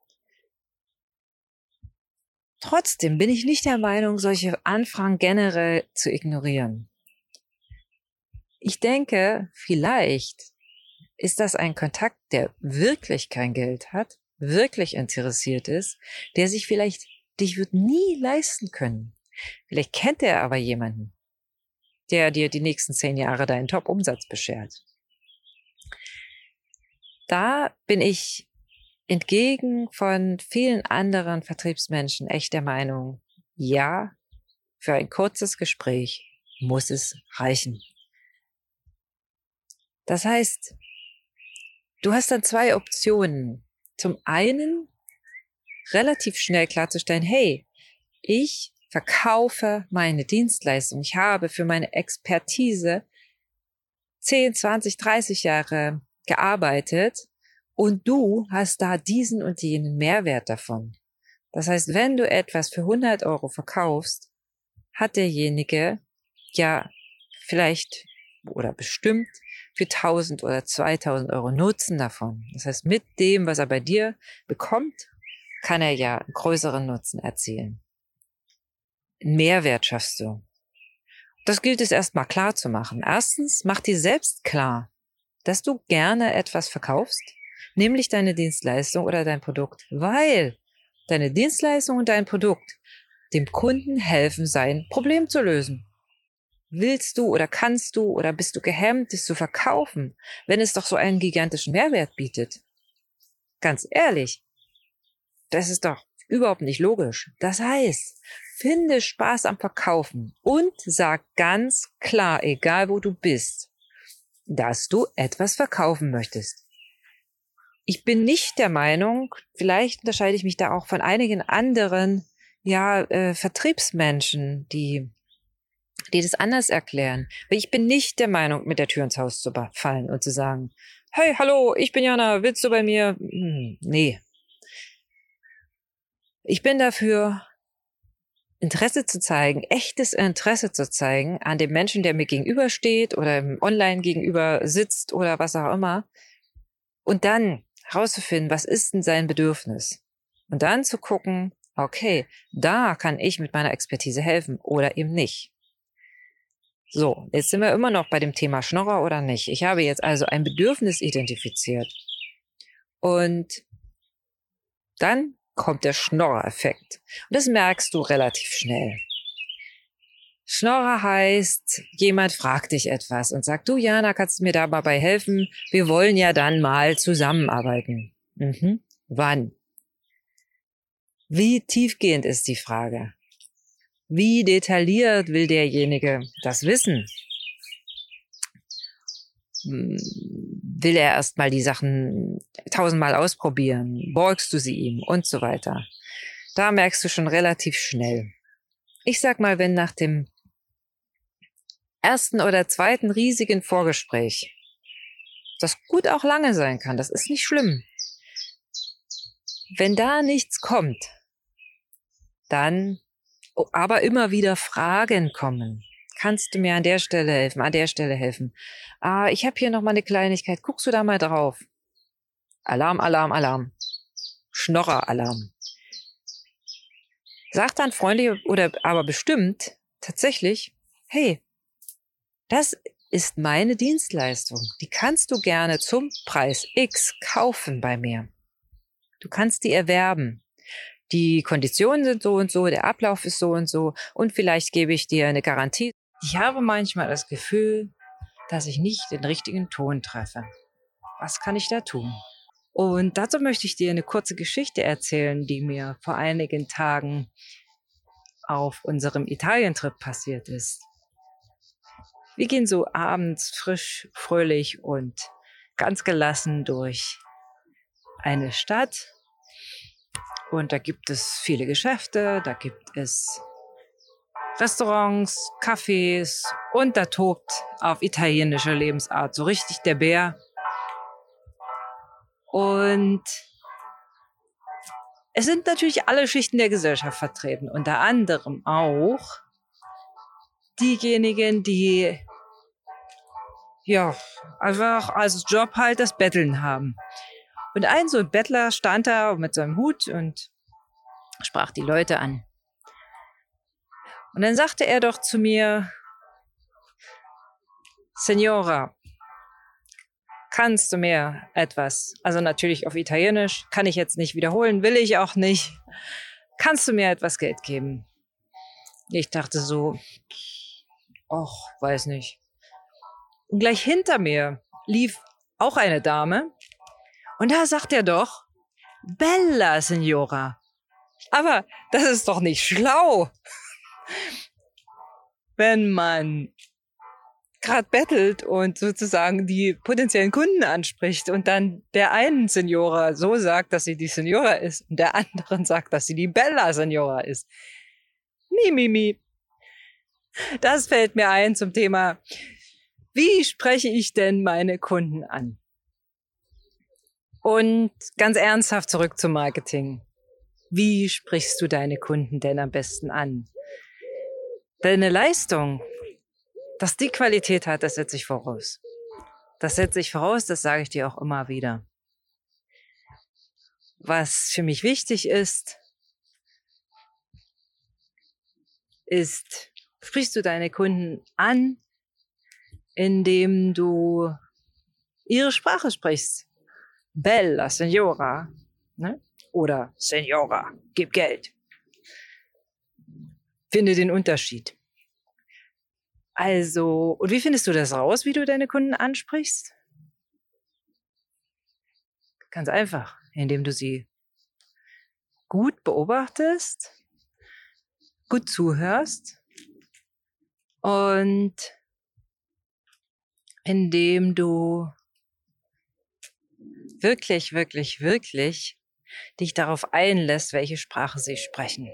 Trotzdem bin ich nicht der Meinung, solche Anfragen generell zu ignorieren. Ich denke, vielleicht ist das ein Kontakt, der wirklich kein Geld hat, wirklich interessiert ist, der sich vielleicht dich wird nie leisten können. Vielleicht kennt er aber jemanden, der dir die nächsten 10 Jahre deinen Top-Umsatz beschert. Da bin ich entgegen von vielen anderen Vertriebsmenschen echt der Meinung, ja, für ein kurzes Gespräch muss es reichen. Das heißt, du hast dann 2 Optionen. Zum einen relativ schnell klarzustellen, hey, ich verkaufe meine Dienstleistung. Ich habe für meine Expertise 10, 20, 30 Jahre gearbeitet und du hast da diesen und jenen Mehrwert davon. Das heißt, wenn du etwas für 100 Euro verkaufst, hat derjenige ja vielleicht oder bestimmt für 1000 oder 2000 Euro Nutzen davon. Das heißt, mit dem, was er bei dir bekommt, kann er ja einen größeren Nutzen erzielen. Einen Mehrwert schaffst du. Das gilt es erstmal klar zu machen. Erstens, mach dir selbst klar, dass du gerne etwas verkaufst, nämlich deine Dienstleistung oder dein Produkt, weil deine Dienstleistung und dein Produkt dem Kunden helfen, sein Problem zu lösen. Willst du oder kannst du oder bist du gehemmt, es zu verkaufen, wenn es doch so einen gigantischen Mehrwert bietet? Ganz ehrlich, das ist doch überhaupt nicht logisch. Das heißt, finde Spaß am Verkaufen und sag ganz klar, egal wo du bist, dass du etwas verkaufen möchtest. Ich bin nicht der Meinung, vielleicht unterscheide ich mich da auch von einigen anderen Vertriebsmenschen, die das anders erklären. Weil ich bin nicht der Meinung, mit der Tür ins Haus zu fallen und zu sagen, hey, hallo, ich bin Jana, willst du bei mir? Nee. Ich bin dafür, Interesse zu zeigen, echtes Interesse zu zeigen an dem Menschen, der mir gegenübersteht oder im Online gegenüber sitzt oder was auch immer. Und dann herauszufinden, was ist denn sein Bedürfnis? Und dann zu gucken, okay, da kann ich mit meiner Expertise helfen oder eben nicht. So, jetzt sind wir immer noch bei dem Thema Schnorrer oder nicht. Ich habe jetzt also ein Bedürfnis identifiziert. Und dann kommt der Schnorrer-Effekt. Und das merkst du relativ schnell. Schnorrer heißt, jemand fragt dich etwas und sagt, du Jana, kannst du mir dabei helfen? Wir wollen ja dann mal zusammenarbeiten. Wann? Wie tiefgehend ist die Frage? Wie detailliert will derjenige das wissen? Will er erstmal die Sachen 1000-mal ausprobieren? Borgst du sie ihm? Und so weiter. Da merkst du schon relativ schnell. Ich sag mal, wenn nach dem ersten oder zweiten riesigen Vorgespräch, das gut auch lange sein kann, das ist nicht schlimm. Wenn da nichts kommt, dann aber immer wieder Fragen kommen. Kannst du mir an der Stelle helfen, an der Stelle helfen? Ich habe hier noch mal eine Kleinigkeit, guckst du da mal drauf? Alarm, Alarm, Alarm. Schnorrer-Alarm. Sag dann freundlich oder aber bestimmt tatsächlich, hey, das ist meine Dienstleistung. Die kannst du gerne zum Preis X kaufen bei mir. Du kannst die erwerben. Die Konditionen sind so und so, der Ablauf ist so und vielleicht gebe ich dir eine Garantie. Ich habe manchmal das Gefühl, dass ich nicht den richtigen Ton treffe. Was kann ich da tun? Und dazu möchte ich dir eine kurze Geschichte erzählen, die mir vor einigen Tagen auf unserem Italien-Trip passiert ist. Wir gehen so abends frisch, fröhlich und ganz gelassen durch eine Stadt. Und da gibt es viele Geschäfte, da gibt es Restaurants, Cafés und da tobt auf italienischer Lebensart so richtig der Bär. Und es sind natürlich alle Schichten der Gesellschaft vertreten, unter anderem auch diejenigen, die ja einfach als Job halt das Betteln haben. Und ein so ein Bettler stand da mit seinem Hut und sprach die Leute an. Und dann sagte er doch zu mir: Signora, kannst du mir etwas, also natürlich auf Italienisch, kann ich jetzt nicht wiederholen, will ich auch nicht. Kannst du mir etwas Geld geben? Ich dachte so, ach, weiß nicht. Und gleich hinter mir lief auch eine Dame. Und da sagt er doch, Bella, Signora. Aber das ist doch nicht schlau. Wenn man gerade bettelt und sozusagen die potenziellen Kunden anspricht und dann der einen Signora so sagt, dass sie die Signora ist und der anderen sagt, dass sie die Bella Signora ist. Mi. Das fällt mir ein zum Thema, wie spreche ich denn meine Kunden an? Und ganz ernsthaft zurück zum Marketing. Wie sprichst du deine Kunden denn am besten an? Deine Leistung, dass die Qualität hat, das setze ich voraus. Das setze ich voraus, das sage ich dir auch immer wieder. Was für mich wichtig ist, sprichst du deine Kunden an, indem du ihre Sprache sprichst. Bella, Signora, ne? Oder Signora, gib Geld. Finde den Unterschied. Also, und wie findest du das raus, wie du deine Kunden ansprichst? Ganz einfach, indem du sie gut beobachtest, gut zuhörst und indem du wirklich dich darauf einlässt, welche Sprache sie sprechen.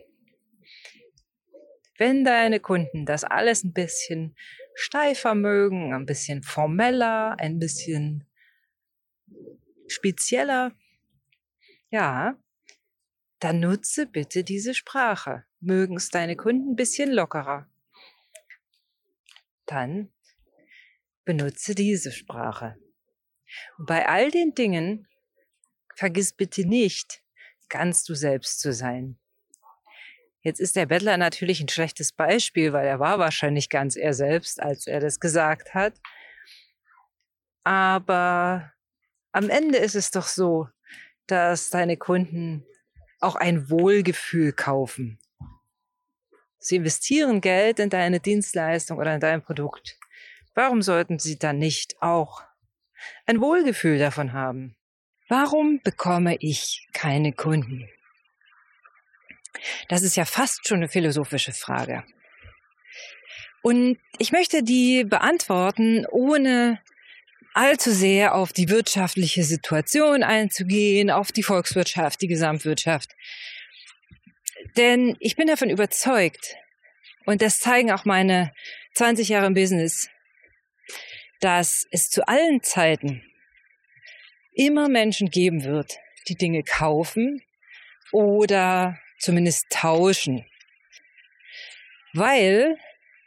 Wenn deine Kunden das alles ein bisschen steifer mögen, ein bisschen formeller, ein bisschen spezieller, ja, dann nutze bitte diese Sprache. Mögen es deine Kunden ein bisschen lockerer, dann benutze diese Sprache. Und bei all den Dingen vergiss bitte nicht, ganz du selbst zu sein. Jetzt ist der Bettler natürlich ein schlechtes Beispiel, weil er war wahrscheinlich ganz er selbst, als er das gesagt hat. Aber am Ende ist es doch so, dass deine Kunden auch ein Wohlgefühl kaufen. Sie investieren Geld in deine Dienstleistung oder in dein Produkt. Warum sollten sie dann nicht auch ein Wohlgefühl davon haben? Warum bekomme ich keine Kunden? Das ist ja fast schon eine philosophische Frage. Und ich möchte die beantworten, ohne allzu sehr auf die wirtschaftliche Situation einzugehen, auf die Volkswirtschaft, die Gesamtwirtschaft. Denn ich bin davon überzeugt, und das zeigen auch meine 20 Jahre im Business, dass es zu allen Zeiten immer Menschen geben wird, die Dinge kaufen oder zumindest tauschen, weil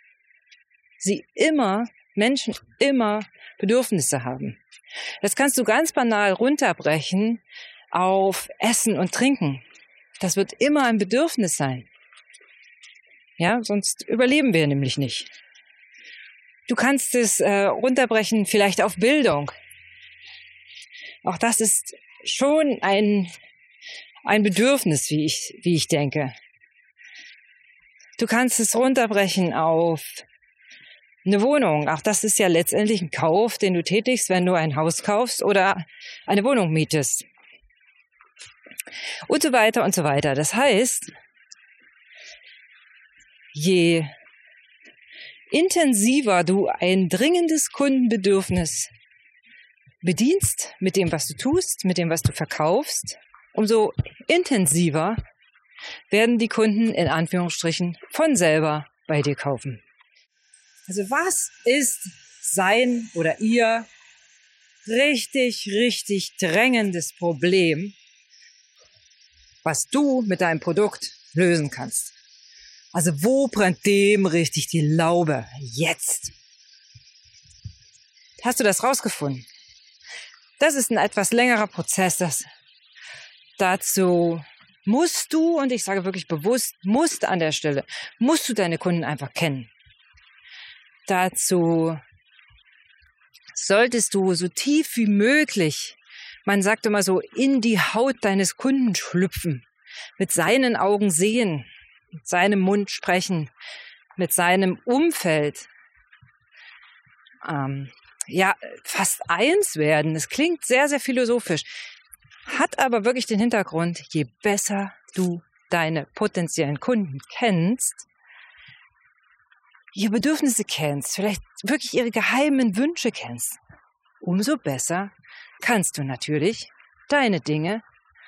Menschen immer Bedürfnisse haben. Das kannst du ganz banal runterbrechen auf Essen und Trinken. Das wird immer ein Bedürfnis sein. Ja, sonst überleben wir nämlich nicht. Du kannst es runterbrechen vielleicht auf Bildung. Auch das ist schon ein Bedürfnis, wie ich denke. Du kannst es runterbrechen auf eine Wohnung. Auch das ist ja letztendlich ein Kauf, den du tätigst, wenn du ein Haus kaufst oder eine Wohnung mietest. Und so weiter und so weiter. Das heißt, je intensiver du ein dringendes Kundenbedürfnis bedienst mit dem, was du tust, mit dem, was du verkaufst, umso intensiver werden die Kunden in Anführungsstrichen von selber bei dir kaufen. Also was ist sein oder ihr richtig drängendes Problem, was du mit deinem Produkt lösen kannst? Also wo brennt dem richtig die Laube? Jetzt. Hast du das rausgefunden? Das ist ein etwas längerer Prozess. Dazu musst du, und ich sage wirklich bewusst, musst an der Stelle, musst du deine Kunden einfach kennen. Dazu solltest du so tief wie möglich, man sagt immer so, in die Haut deines Kunden schlüpfen, mit seinen Augen sehen, mit seinem Mund sprechen, mit seinem Umfeld, fast eins werden. Es klingt sehr, sehr philosophisch, hat aber wirklich den Hintergrund, je besser du deine potenziellen Kunden kennst, ihre Bedürfnisse kennst, vielleicht wirklich ihre geheimen Wünsche kennst, umso besser kannst du natürlich deine Dinge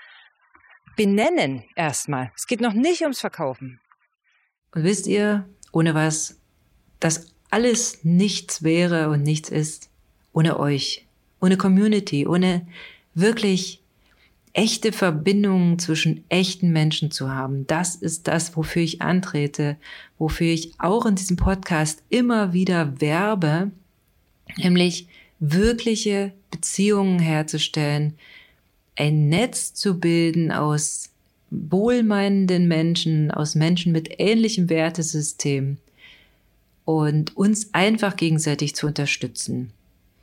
benennen erstmal. Es geht noch nicht ums Verkaufen. Und wisst ihr, ohne was das alles nichts wäre und nichts ist, ohne euch, ohne Community, ohne wirklich echte Verbindungen zwischen echten Menschen zu haben. Das ist das, wofür ich antrete, wofür ich auch in diesem Podcast immer wieder werbe, nämlich wirkliche Beziehungen herzustellen, ein Netz zu bilden aus wohlmeinenden Menschen, aus Menschen mit ähnlichem Wertesystem und uns einfach gegenseitig zu unterstützen.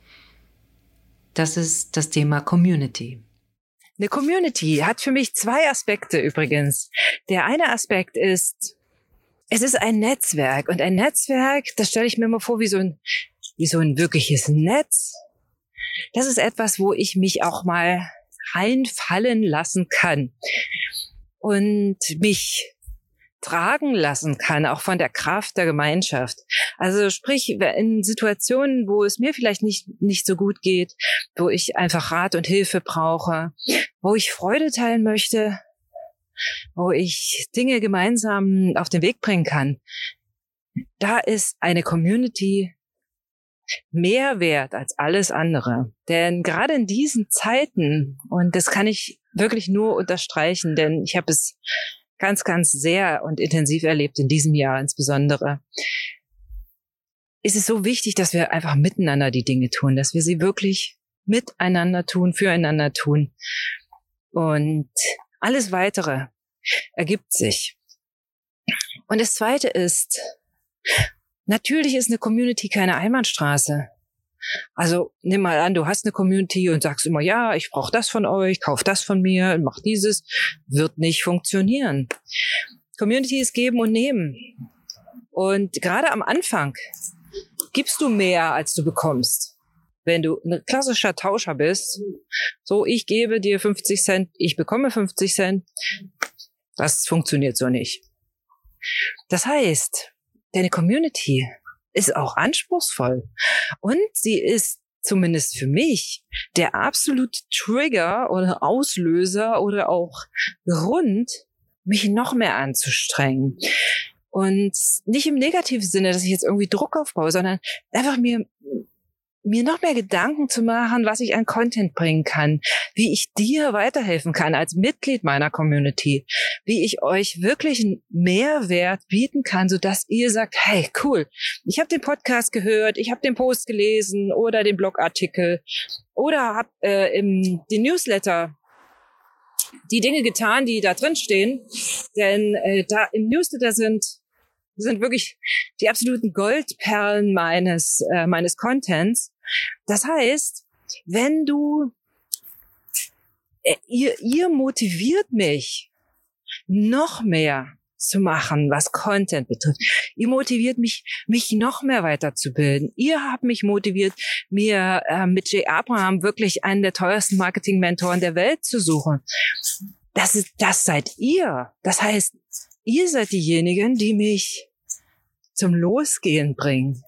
Das ist das Thema Community. Eine Community hat für mich zwei Aspekte übrigens. Der eine Aspekt ist, es ist ein Netzwerk. Und ein Netzwerk, das stelle ich mir immer vor wie so ein wirkliches Netz. Das ist etwas, wo ich mich auch mal reinfallen lassen kann und mich tragen lassen kann, auch von der Kraft der Gemeinschaft. Also sprich, in Situationen, wo es mir vielleicht nicht so gut geht, wo ich einfach Rat und Hilfe brauche, wo ich Freude teilen möchte, wo ich Dinge gemeinsam auf den Weg bringen kann, da ist eine Community mehr wert als alles andere. Denn gerade in diesen Zeiten, und das kann ich wirklich nur unterstreichen, denn ich habe es ganz, ganz sehr und intensiv erlebt in diesem Jahr insbesondere, ist es so wichtig, dass wir einfach miteinander die Dinge tun, dass wir sie wirklich miteinander tun, füreinander tun. Und alles Weitere ergibt sich. Und das Zweite ist, natürlich ist eine Community keine Einbahnstraße. Also nimm mal an, du hast eine Community und sagst immer, ja, ich brauche das von euch, kauf das von mir, mach dieses. Wird nicht funktionieren. Community ist geben und nehmen. Und gerade am Anfang gibst du mehr, als du bekommst. Wenn du ein klassischer Tauscher bist, so ich gebe dir 50 Cent, ich bekomme 50 Cent, das funktioniert so nicht. Das heißt, deine Community ist auch anspruchsvoll und sie ist zumindest für mich der absolute Trigger oder Auslöser oder auch Grund, mich noch mehr anzustrengen. Und nicht im negativen Sinne, dass ich jetzt irgendwie Druck aufbaue, sondern einfach mir noch mehr Gedanken zu machen, was ich an Content bringen kann, wie ich dir weiterhelfen kann als Mitglied meiner Community, wie ich euch wirklich einen Mehrwert bieten kann, sodass ihr sagt, hey, cool, ich habe den Podcast gehört, ich habe den Post gelesen oder den Blogartikel oder habe den Newsletter die Dinge getan, die da drin stehen, denn da im Newsletter sind wirklich die absoluten Goldperlen meines Contents. Das heißt, wenn du, ihr motiviert mich, noch mehr zu machen, was Content betrifft. Ihr motiviert mich noch mehr weiterzubilden. Ihr habt mich motiviert, mir mit Jay Abraham wirklich einen der teuersten Marketing-Mentoren der Welt zu suchen. Das seid ihr. Das heißt, ihr seid diejenigen, die mich zum Losgehen bringen.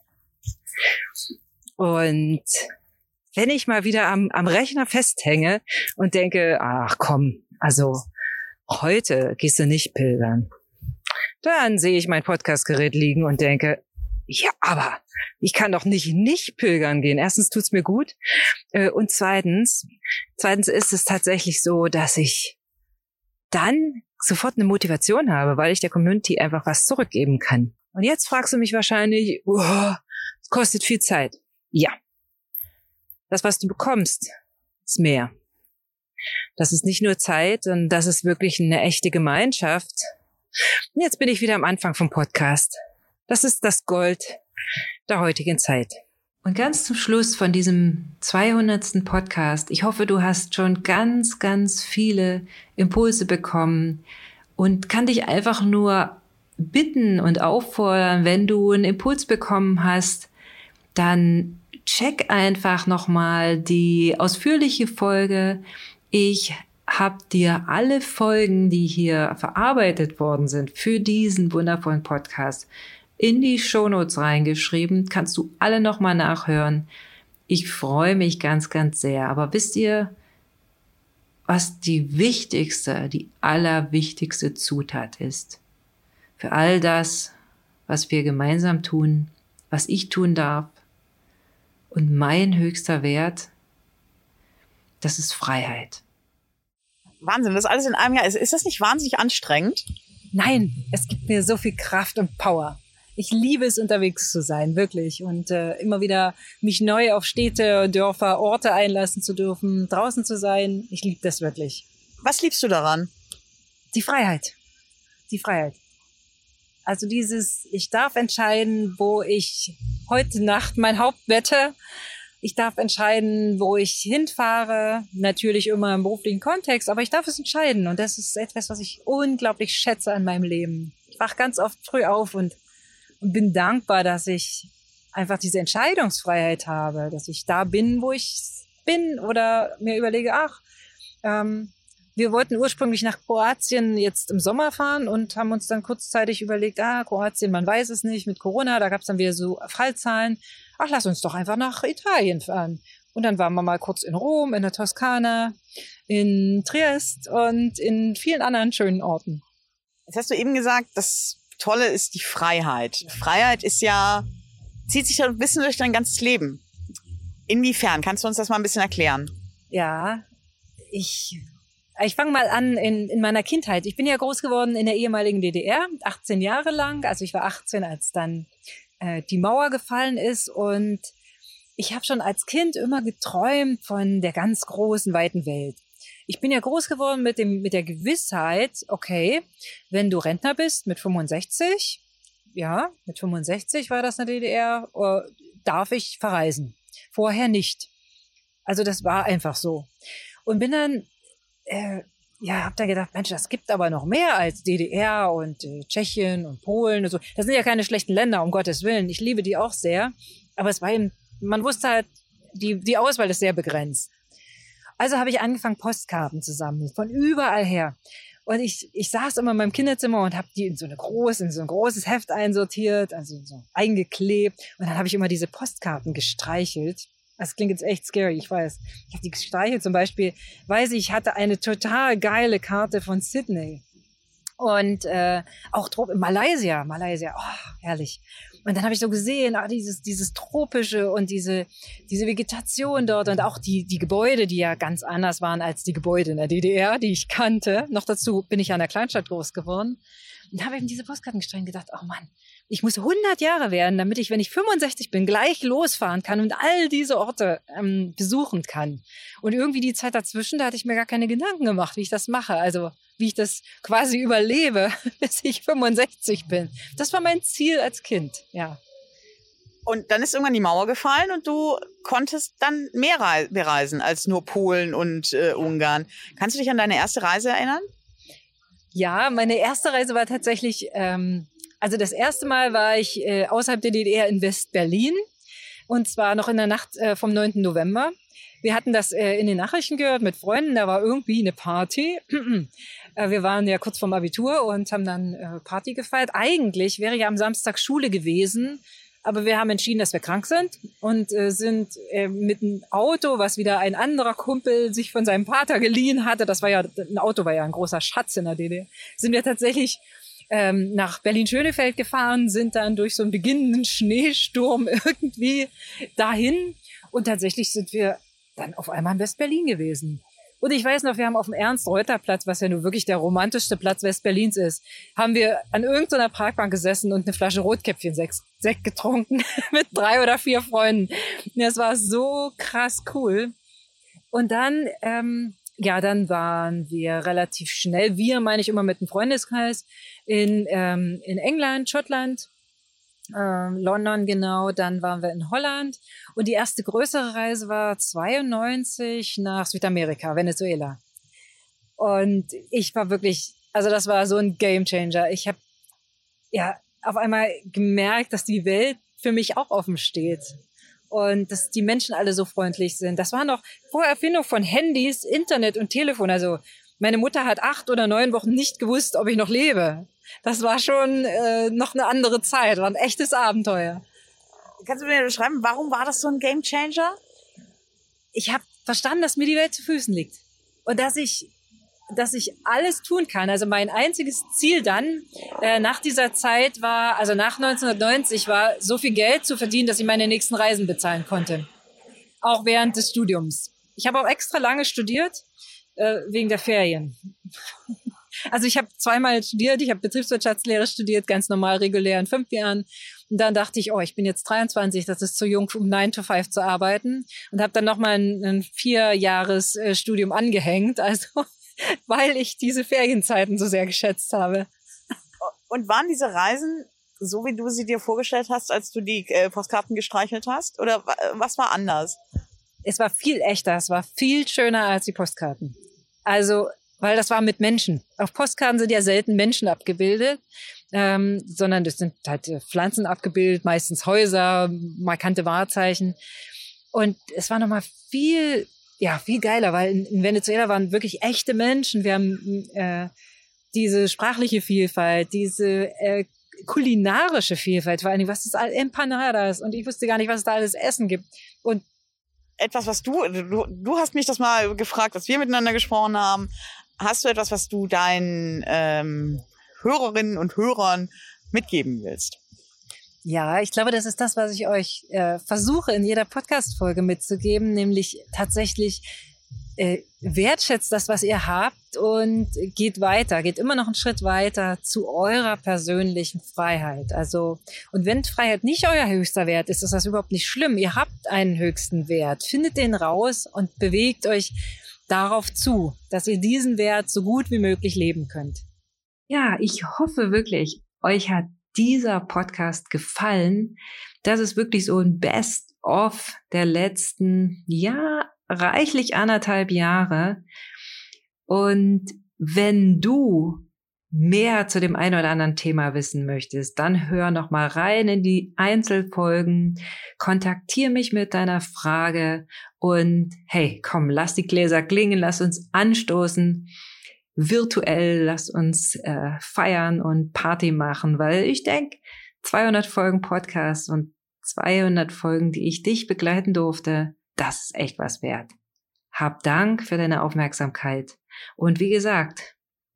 Und wenn ich mal wieder am Rechner festhänge und denke, ach komm, Also heute gehst du nicht pilgern. Dann sehe ich mein Podcastgerät liegen und denke, ja, aber ich kann doch nicht pilgern gehen. Erstens tut's mir gut und zweitens ist es tatsächlich so, dass ich dann sofort eine Motivation habe, weil ich der Community einfach was zurückgeben kann. Und jetzt fragst du mich wahrscheinlich, es kostet viel Zeit. Ja, das, was du bekommst, ist mehr. Das ist nicht nur Zeit, sondern das ist wirklich eine echte Gemeinschaft. Und jetzt bin ich wieder am Anfang vom Podcast. Das ist das Gold der heutigen Zeit. Und ganz zum Schluss von diesem 200. Podcast, ich hoffe, du hast schon ganz, ganz viele Impulse bekommen und kann dich einfach nur bitten und auffordern, wenn du einen Impuls bekommen hast, dann check einfach nochmal die ausführliche Folge. Ich habe dir alle Folgen, die hier verarbeitet worden sind für diesen wundervollen Podcast, in die Shownotes reingeschrieben. Kannst du alle nochmal nachhören. Ich freue mich ganz, ganz sehr. Aber wisst ihr, was die allerwichtigste Zutat ist? Für all das, was wir gemeinsam tun, was ich tun darf und mein höchster Wert, das ist Freiheit. Wahnsinn, das alles in einem Jahr. Ist das nicht wahnsinnig anstrengend? Nein, es gibt mir so viel Kraft und Power. Ich liebe es, unterwegs zu sein, wirklich. Und immer wieder mich neu auf Städte, Dörfer, Orte einlassen zu dürfen, draußen zu sein. Ich liebe das wirklich. Was liebst du daran? Die Freiheit. Die Freiheit. Also ich darf entscheiden, wo ich heute Nacht mein Haupt wette. Ich darf entscheiden, wo ich hinfahre, natürlich immer im beruflichen Kontext, aber ich darf es entscheiden. Und das ist etwas, was ich unglaublich schätze an meinem Leben. Ich wache ganz oft früh auf und bin dankbar, dass ich einfach diese Entscheidungsfreiheit habe, dass ich da bin, wo ich bin oder mir überlege, wir wollten ursprünglich nach Kroatien jetzt im Sommer fahren und haben uns dann kurzzeitig überlegt, Kroatien, man weiß es nicht, mit Corona, da gab es dann wieder so Fallzahlen. Lass uns doch einfach nach Italien fahren. Und dann waren wir mal kurz in Rom, in der Toskana, in Triest und in vielen anderen schönen Orten. Jetzt hast du eben gesagt, das Tolle ist die Freiheit. Freiheit zieht sich ja ein bisschen durch dein ganzes Leben. Inwiefern? Kannst du uns das mal ein bisschen erklären? Ja, ich fange mal an in meiner Kindheit. Ich bin ja groß geworden in der ehemaligen DDR, 18 Jahre lang. Also ich war 18, als dann die Mauer gefallen ist. Und ich habe schon als Kind immer geträumt von der ganz großen, weiten Welt. Ich bin ja groß geworden mit der Gewissheit, okay, wenn du Rentner bist mit 65, mit 65 war das in der DDR, darf ich verreisen. Vorher nicht. Also das war einfach so. Und bin dann hab da gedacht, Mensch, das gibt aber noch mehr als DDR und Tschechien und Polen und so. Das sind ja keine schlechten Länder, um Gottes Willen. Ich liebe die auch sehr. Aber es war eben, man wusste halt, die Auswahl ist sehr begrenzt. Also habe ich angefangen, Postkarten zu sammeln, von überall her. Und ich saß immer in meinem Kinderzimmer und habe die in so ein großes Heft einsortiert, also so eingeklebt. Und dann habe ich immer diese Postkarten gestreichelt. Das klingt jetzt echt scary, ich weiß. Ich habe die gestreichelt, zum Beispiel, ich hatte eine total geile Karte von Sydney. Und auch Malaysia, herrlich. Und dann habe ich so gesehen, dieses Tropische und diese Vegetation dort und auch die Gebäude, die ja ganz anders waren als die Gebäude in der DDR, die ich kannte. Noch dazu bin ich ja in der Kleinstadt groß geworden. Und habe eben diese Postkarten gestreicht und gedacht, oh Mann, ich muss 100 Jahre werden, damit ich, wenn ich 65 bin, gleich losfahren kann und all diese Orte besuchen kann. Und irgendwie die Zeit dazwischen, da hatte ich mir gar keine Gedanken gemacht, wie ich das mache. Also wie ich das quasi überlebe, bis ich 65 bin. Das war mein Ziel als Kind, ja. Und dann ist irgendwann die Mauer gefallen und du konntest dann mehr bereisen als nur Polen und Ungarn. Kannst du dich an deine erste Reise erinnern? Ja, meine erste Reise war tatsächlich, also das erste Mal war ich außerhalb der DDR in West-Berlin und zwar noch in der Nacht vom 9. November. Wir hatten das in den Nachrichten gehört mit Freunden, da war irgendwie eine Party. Wir waren ja kurz vorm Abitur und haben dann Party gefeiert. Eigentlich wäre ja am Samstag Schule gewesen, Aber wir haben entschieden, dass wir krank sind und sind mit einem Auto, was wieder ein anderer Kumpel sich von seinem Vater geliehen hatte, ein Auto war ja ein großer Schatz in der DDR, sind wir tatsächlich nach Berlin-Schönefeld gefahren, sind dann durch so einen beginnenden Schneesturm irgendwie dahin und tatsächlich sind wir dann auf einmal in West-Berlin gewesen. Und ich weiß noch, wir haben auf dem Ernst-Reuter-Platz, was ja nun wirklich der romantischste Platz West-Berlins ist, haben wir an irgendeiner Parkbank gesessen und eine Flasche Rotkäppchen-Sekt getrunken mit 3 oder 4 Freunden. Das war so krass cool. Und dann, dann waren wir relativ schnell, meine ich immer mit einem Freundeskreis, in England, Schottland, London genau, dann waren wir in Holland und die erste größere Reise war 92 nach Südamerika, Venezuela. Und ich war wirklich, also das war so ein Gamechanger. Ich habe ja auf einmal gemerkt, dass die Welt für mich auch offen steht und dass die Menschen alle so freundlich sind. Das war noch vor Erfindung von Handys, Internet und Telefon. Also meine Mutter hat 8 oder 9 Wochen nicht gewusst, ob ich noch lebe. Das war schon noch eine andere Zeit, war ein echtes Abenteuer. Kannst du mir beschreiben, warum war das so ein Gamechanger? Ich habe verstanden, dass mir die Welt zu Füßen liegt und dass ich alles tun kann. Also mein einziges Ziel dann nach dieser Zeit war, also nach 1990, war so viel Geld zu verdienen, dass ich meine nächsten Reisen bezahlen konnte. Auch während des Studiums. Ich habe auch extra lange studiert, wegen der Ferien. Also ich habe 2-mal studiert, ich habe Betriebswirtschaftslehre studiert, ganz normal, regulär in 5 Jahren. Und dann dachte ich, ich bin jetzt 23, das ist zu jung, um 9 to 5 zu arbeiten. Und habe dann nochmal ein 4-Jahres-Studium angehängt, also weil ich diese Ferienzeiten so sehr geschätzt habe. Und waren diese Reisen so, wie du sie dir vorgestellt hast, als du die Postkarten gestreichelt hast? Oder was war anders? Es war viel echter, es war viel schöner als die Postkarten. Also weil das war mit Menschen. Auf Postkarten sind ja selten Menschen abgebildet, sondern das sind halt Pflanzen abgebildet, meistens Häuser, markante Wahrzeichen. Und es war nochmal viel geiler, weil in Venezuela waren wirklich echte Menschen. Wir haben diese sprachliche Vielfalt, diese kulinarische Vielfalt, vor allem was ist Empanadas und ich wusste gar nicht, was es da alles Essen gibt. Und etwas, was du hast mich das mal gefragt, als wir miteinander gesprochen haben. Hast du etwas, was du deinen Hörerinnen und Hörern mitgeben willst? Ja, ich glaube, das ist das, was ich euch versuche in jeder Podcast-Folge mitzugeben, nämlich tatsächlich wertschätzt das, was ihr habt und geht weiter, geht immer noch einen Schritt weiter zu eurer persönlichen Freiheit. Also, und wenn Freiheit nicht euer höchster Wert ist das überhaupt nicht schlimm. Ihr habt einen höchsten Wert. Findet den raus und bewegt euch darauf zu, dass ihr diesen Wert so gut wie möglich leben könnt. Ja, ich hoffe wirklich, euch hat dieser Podcast gefallen. Das ist wirklich so ein Best-of der letzten, reichlich 1,5 Jahre. Und wenn du mehr zu dem einen oder anderen Thema wissen möchtest, dann hör noch mal rein in die Einzelfolgen, kontaktiere mich mit deiner Frage und hey, komm, lass die Gläser klingen, lass uns anstoßen, virtuell, lass uns feiern und Party machen, weil ich denke, 200 Folgen Podcast und 200 Folgen, die ich dich begleiten durfte, das ist echt was wert. Hab Dank für deine Aufmerksamkeit und wie gesagt,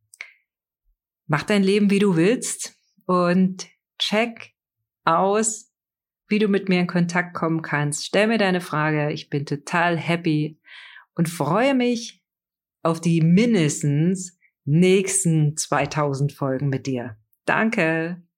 mach dein Leben, wie du willst und check aus, wie du mit mir in Kontakt kommen kannst. Stell mir deine Frage. Ich bin total happy und freue mich auf die mindestens nächsten 2000 Folgen mit dir. Danke.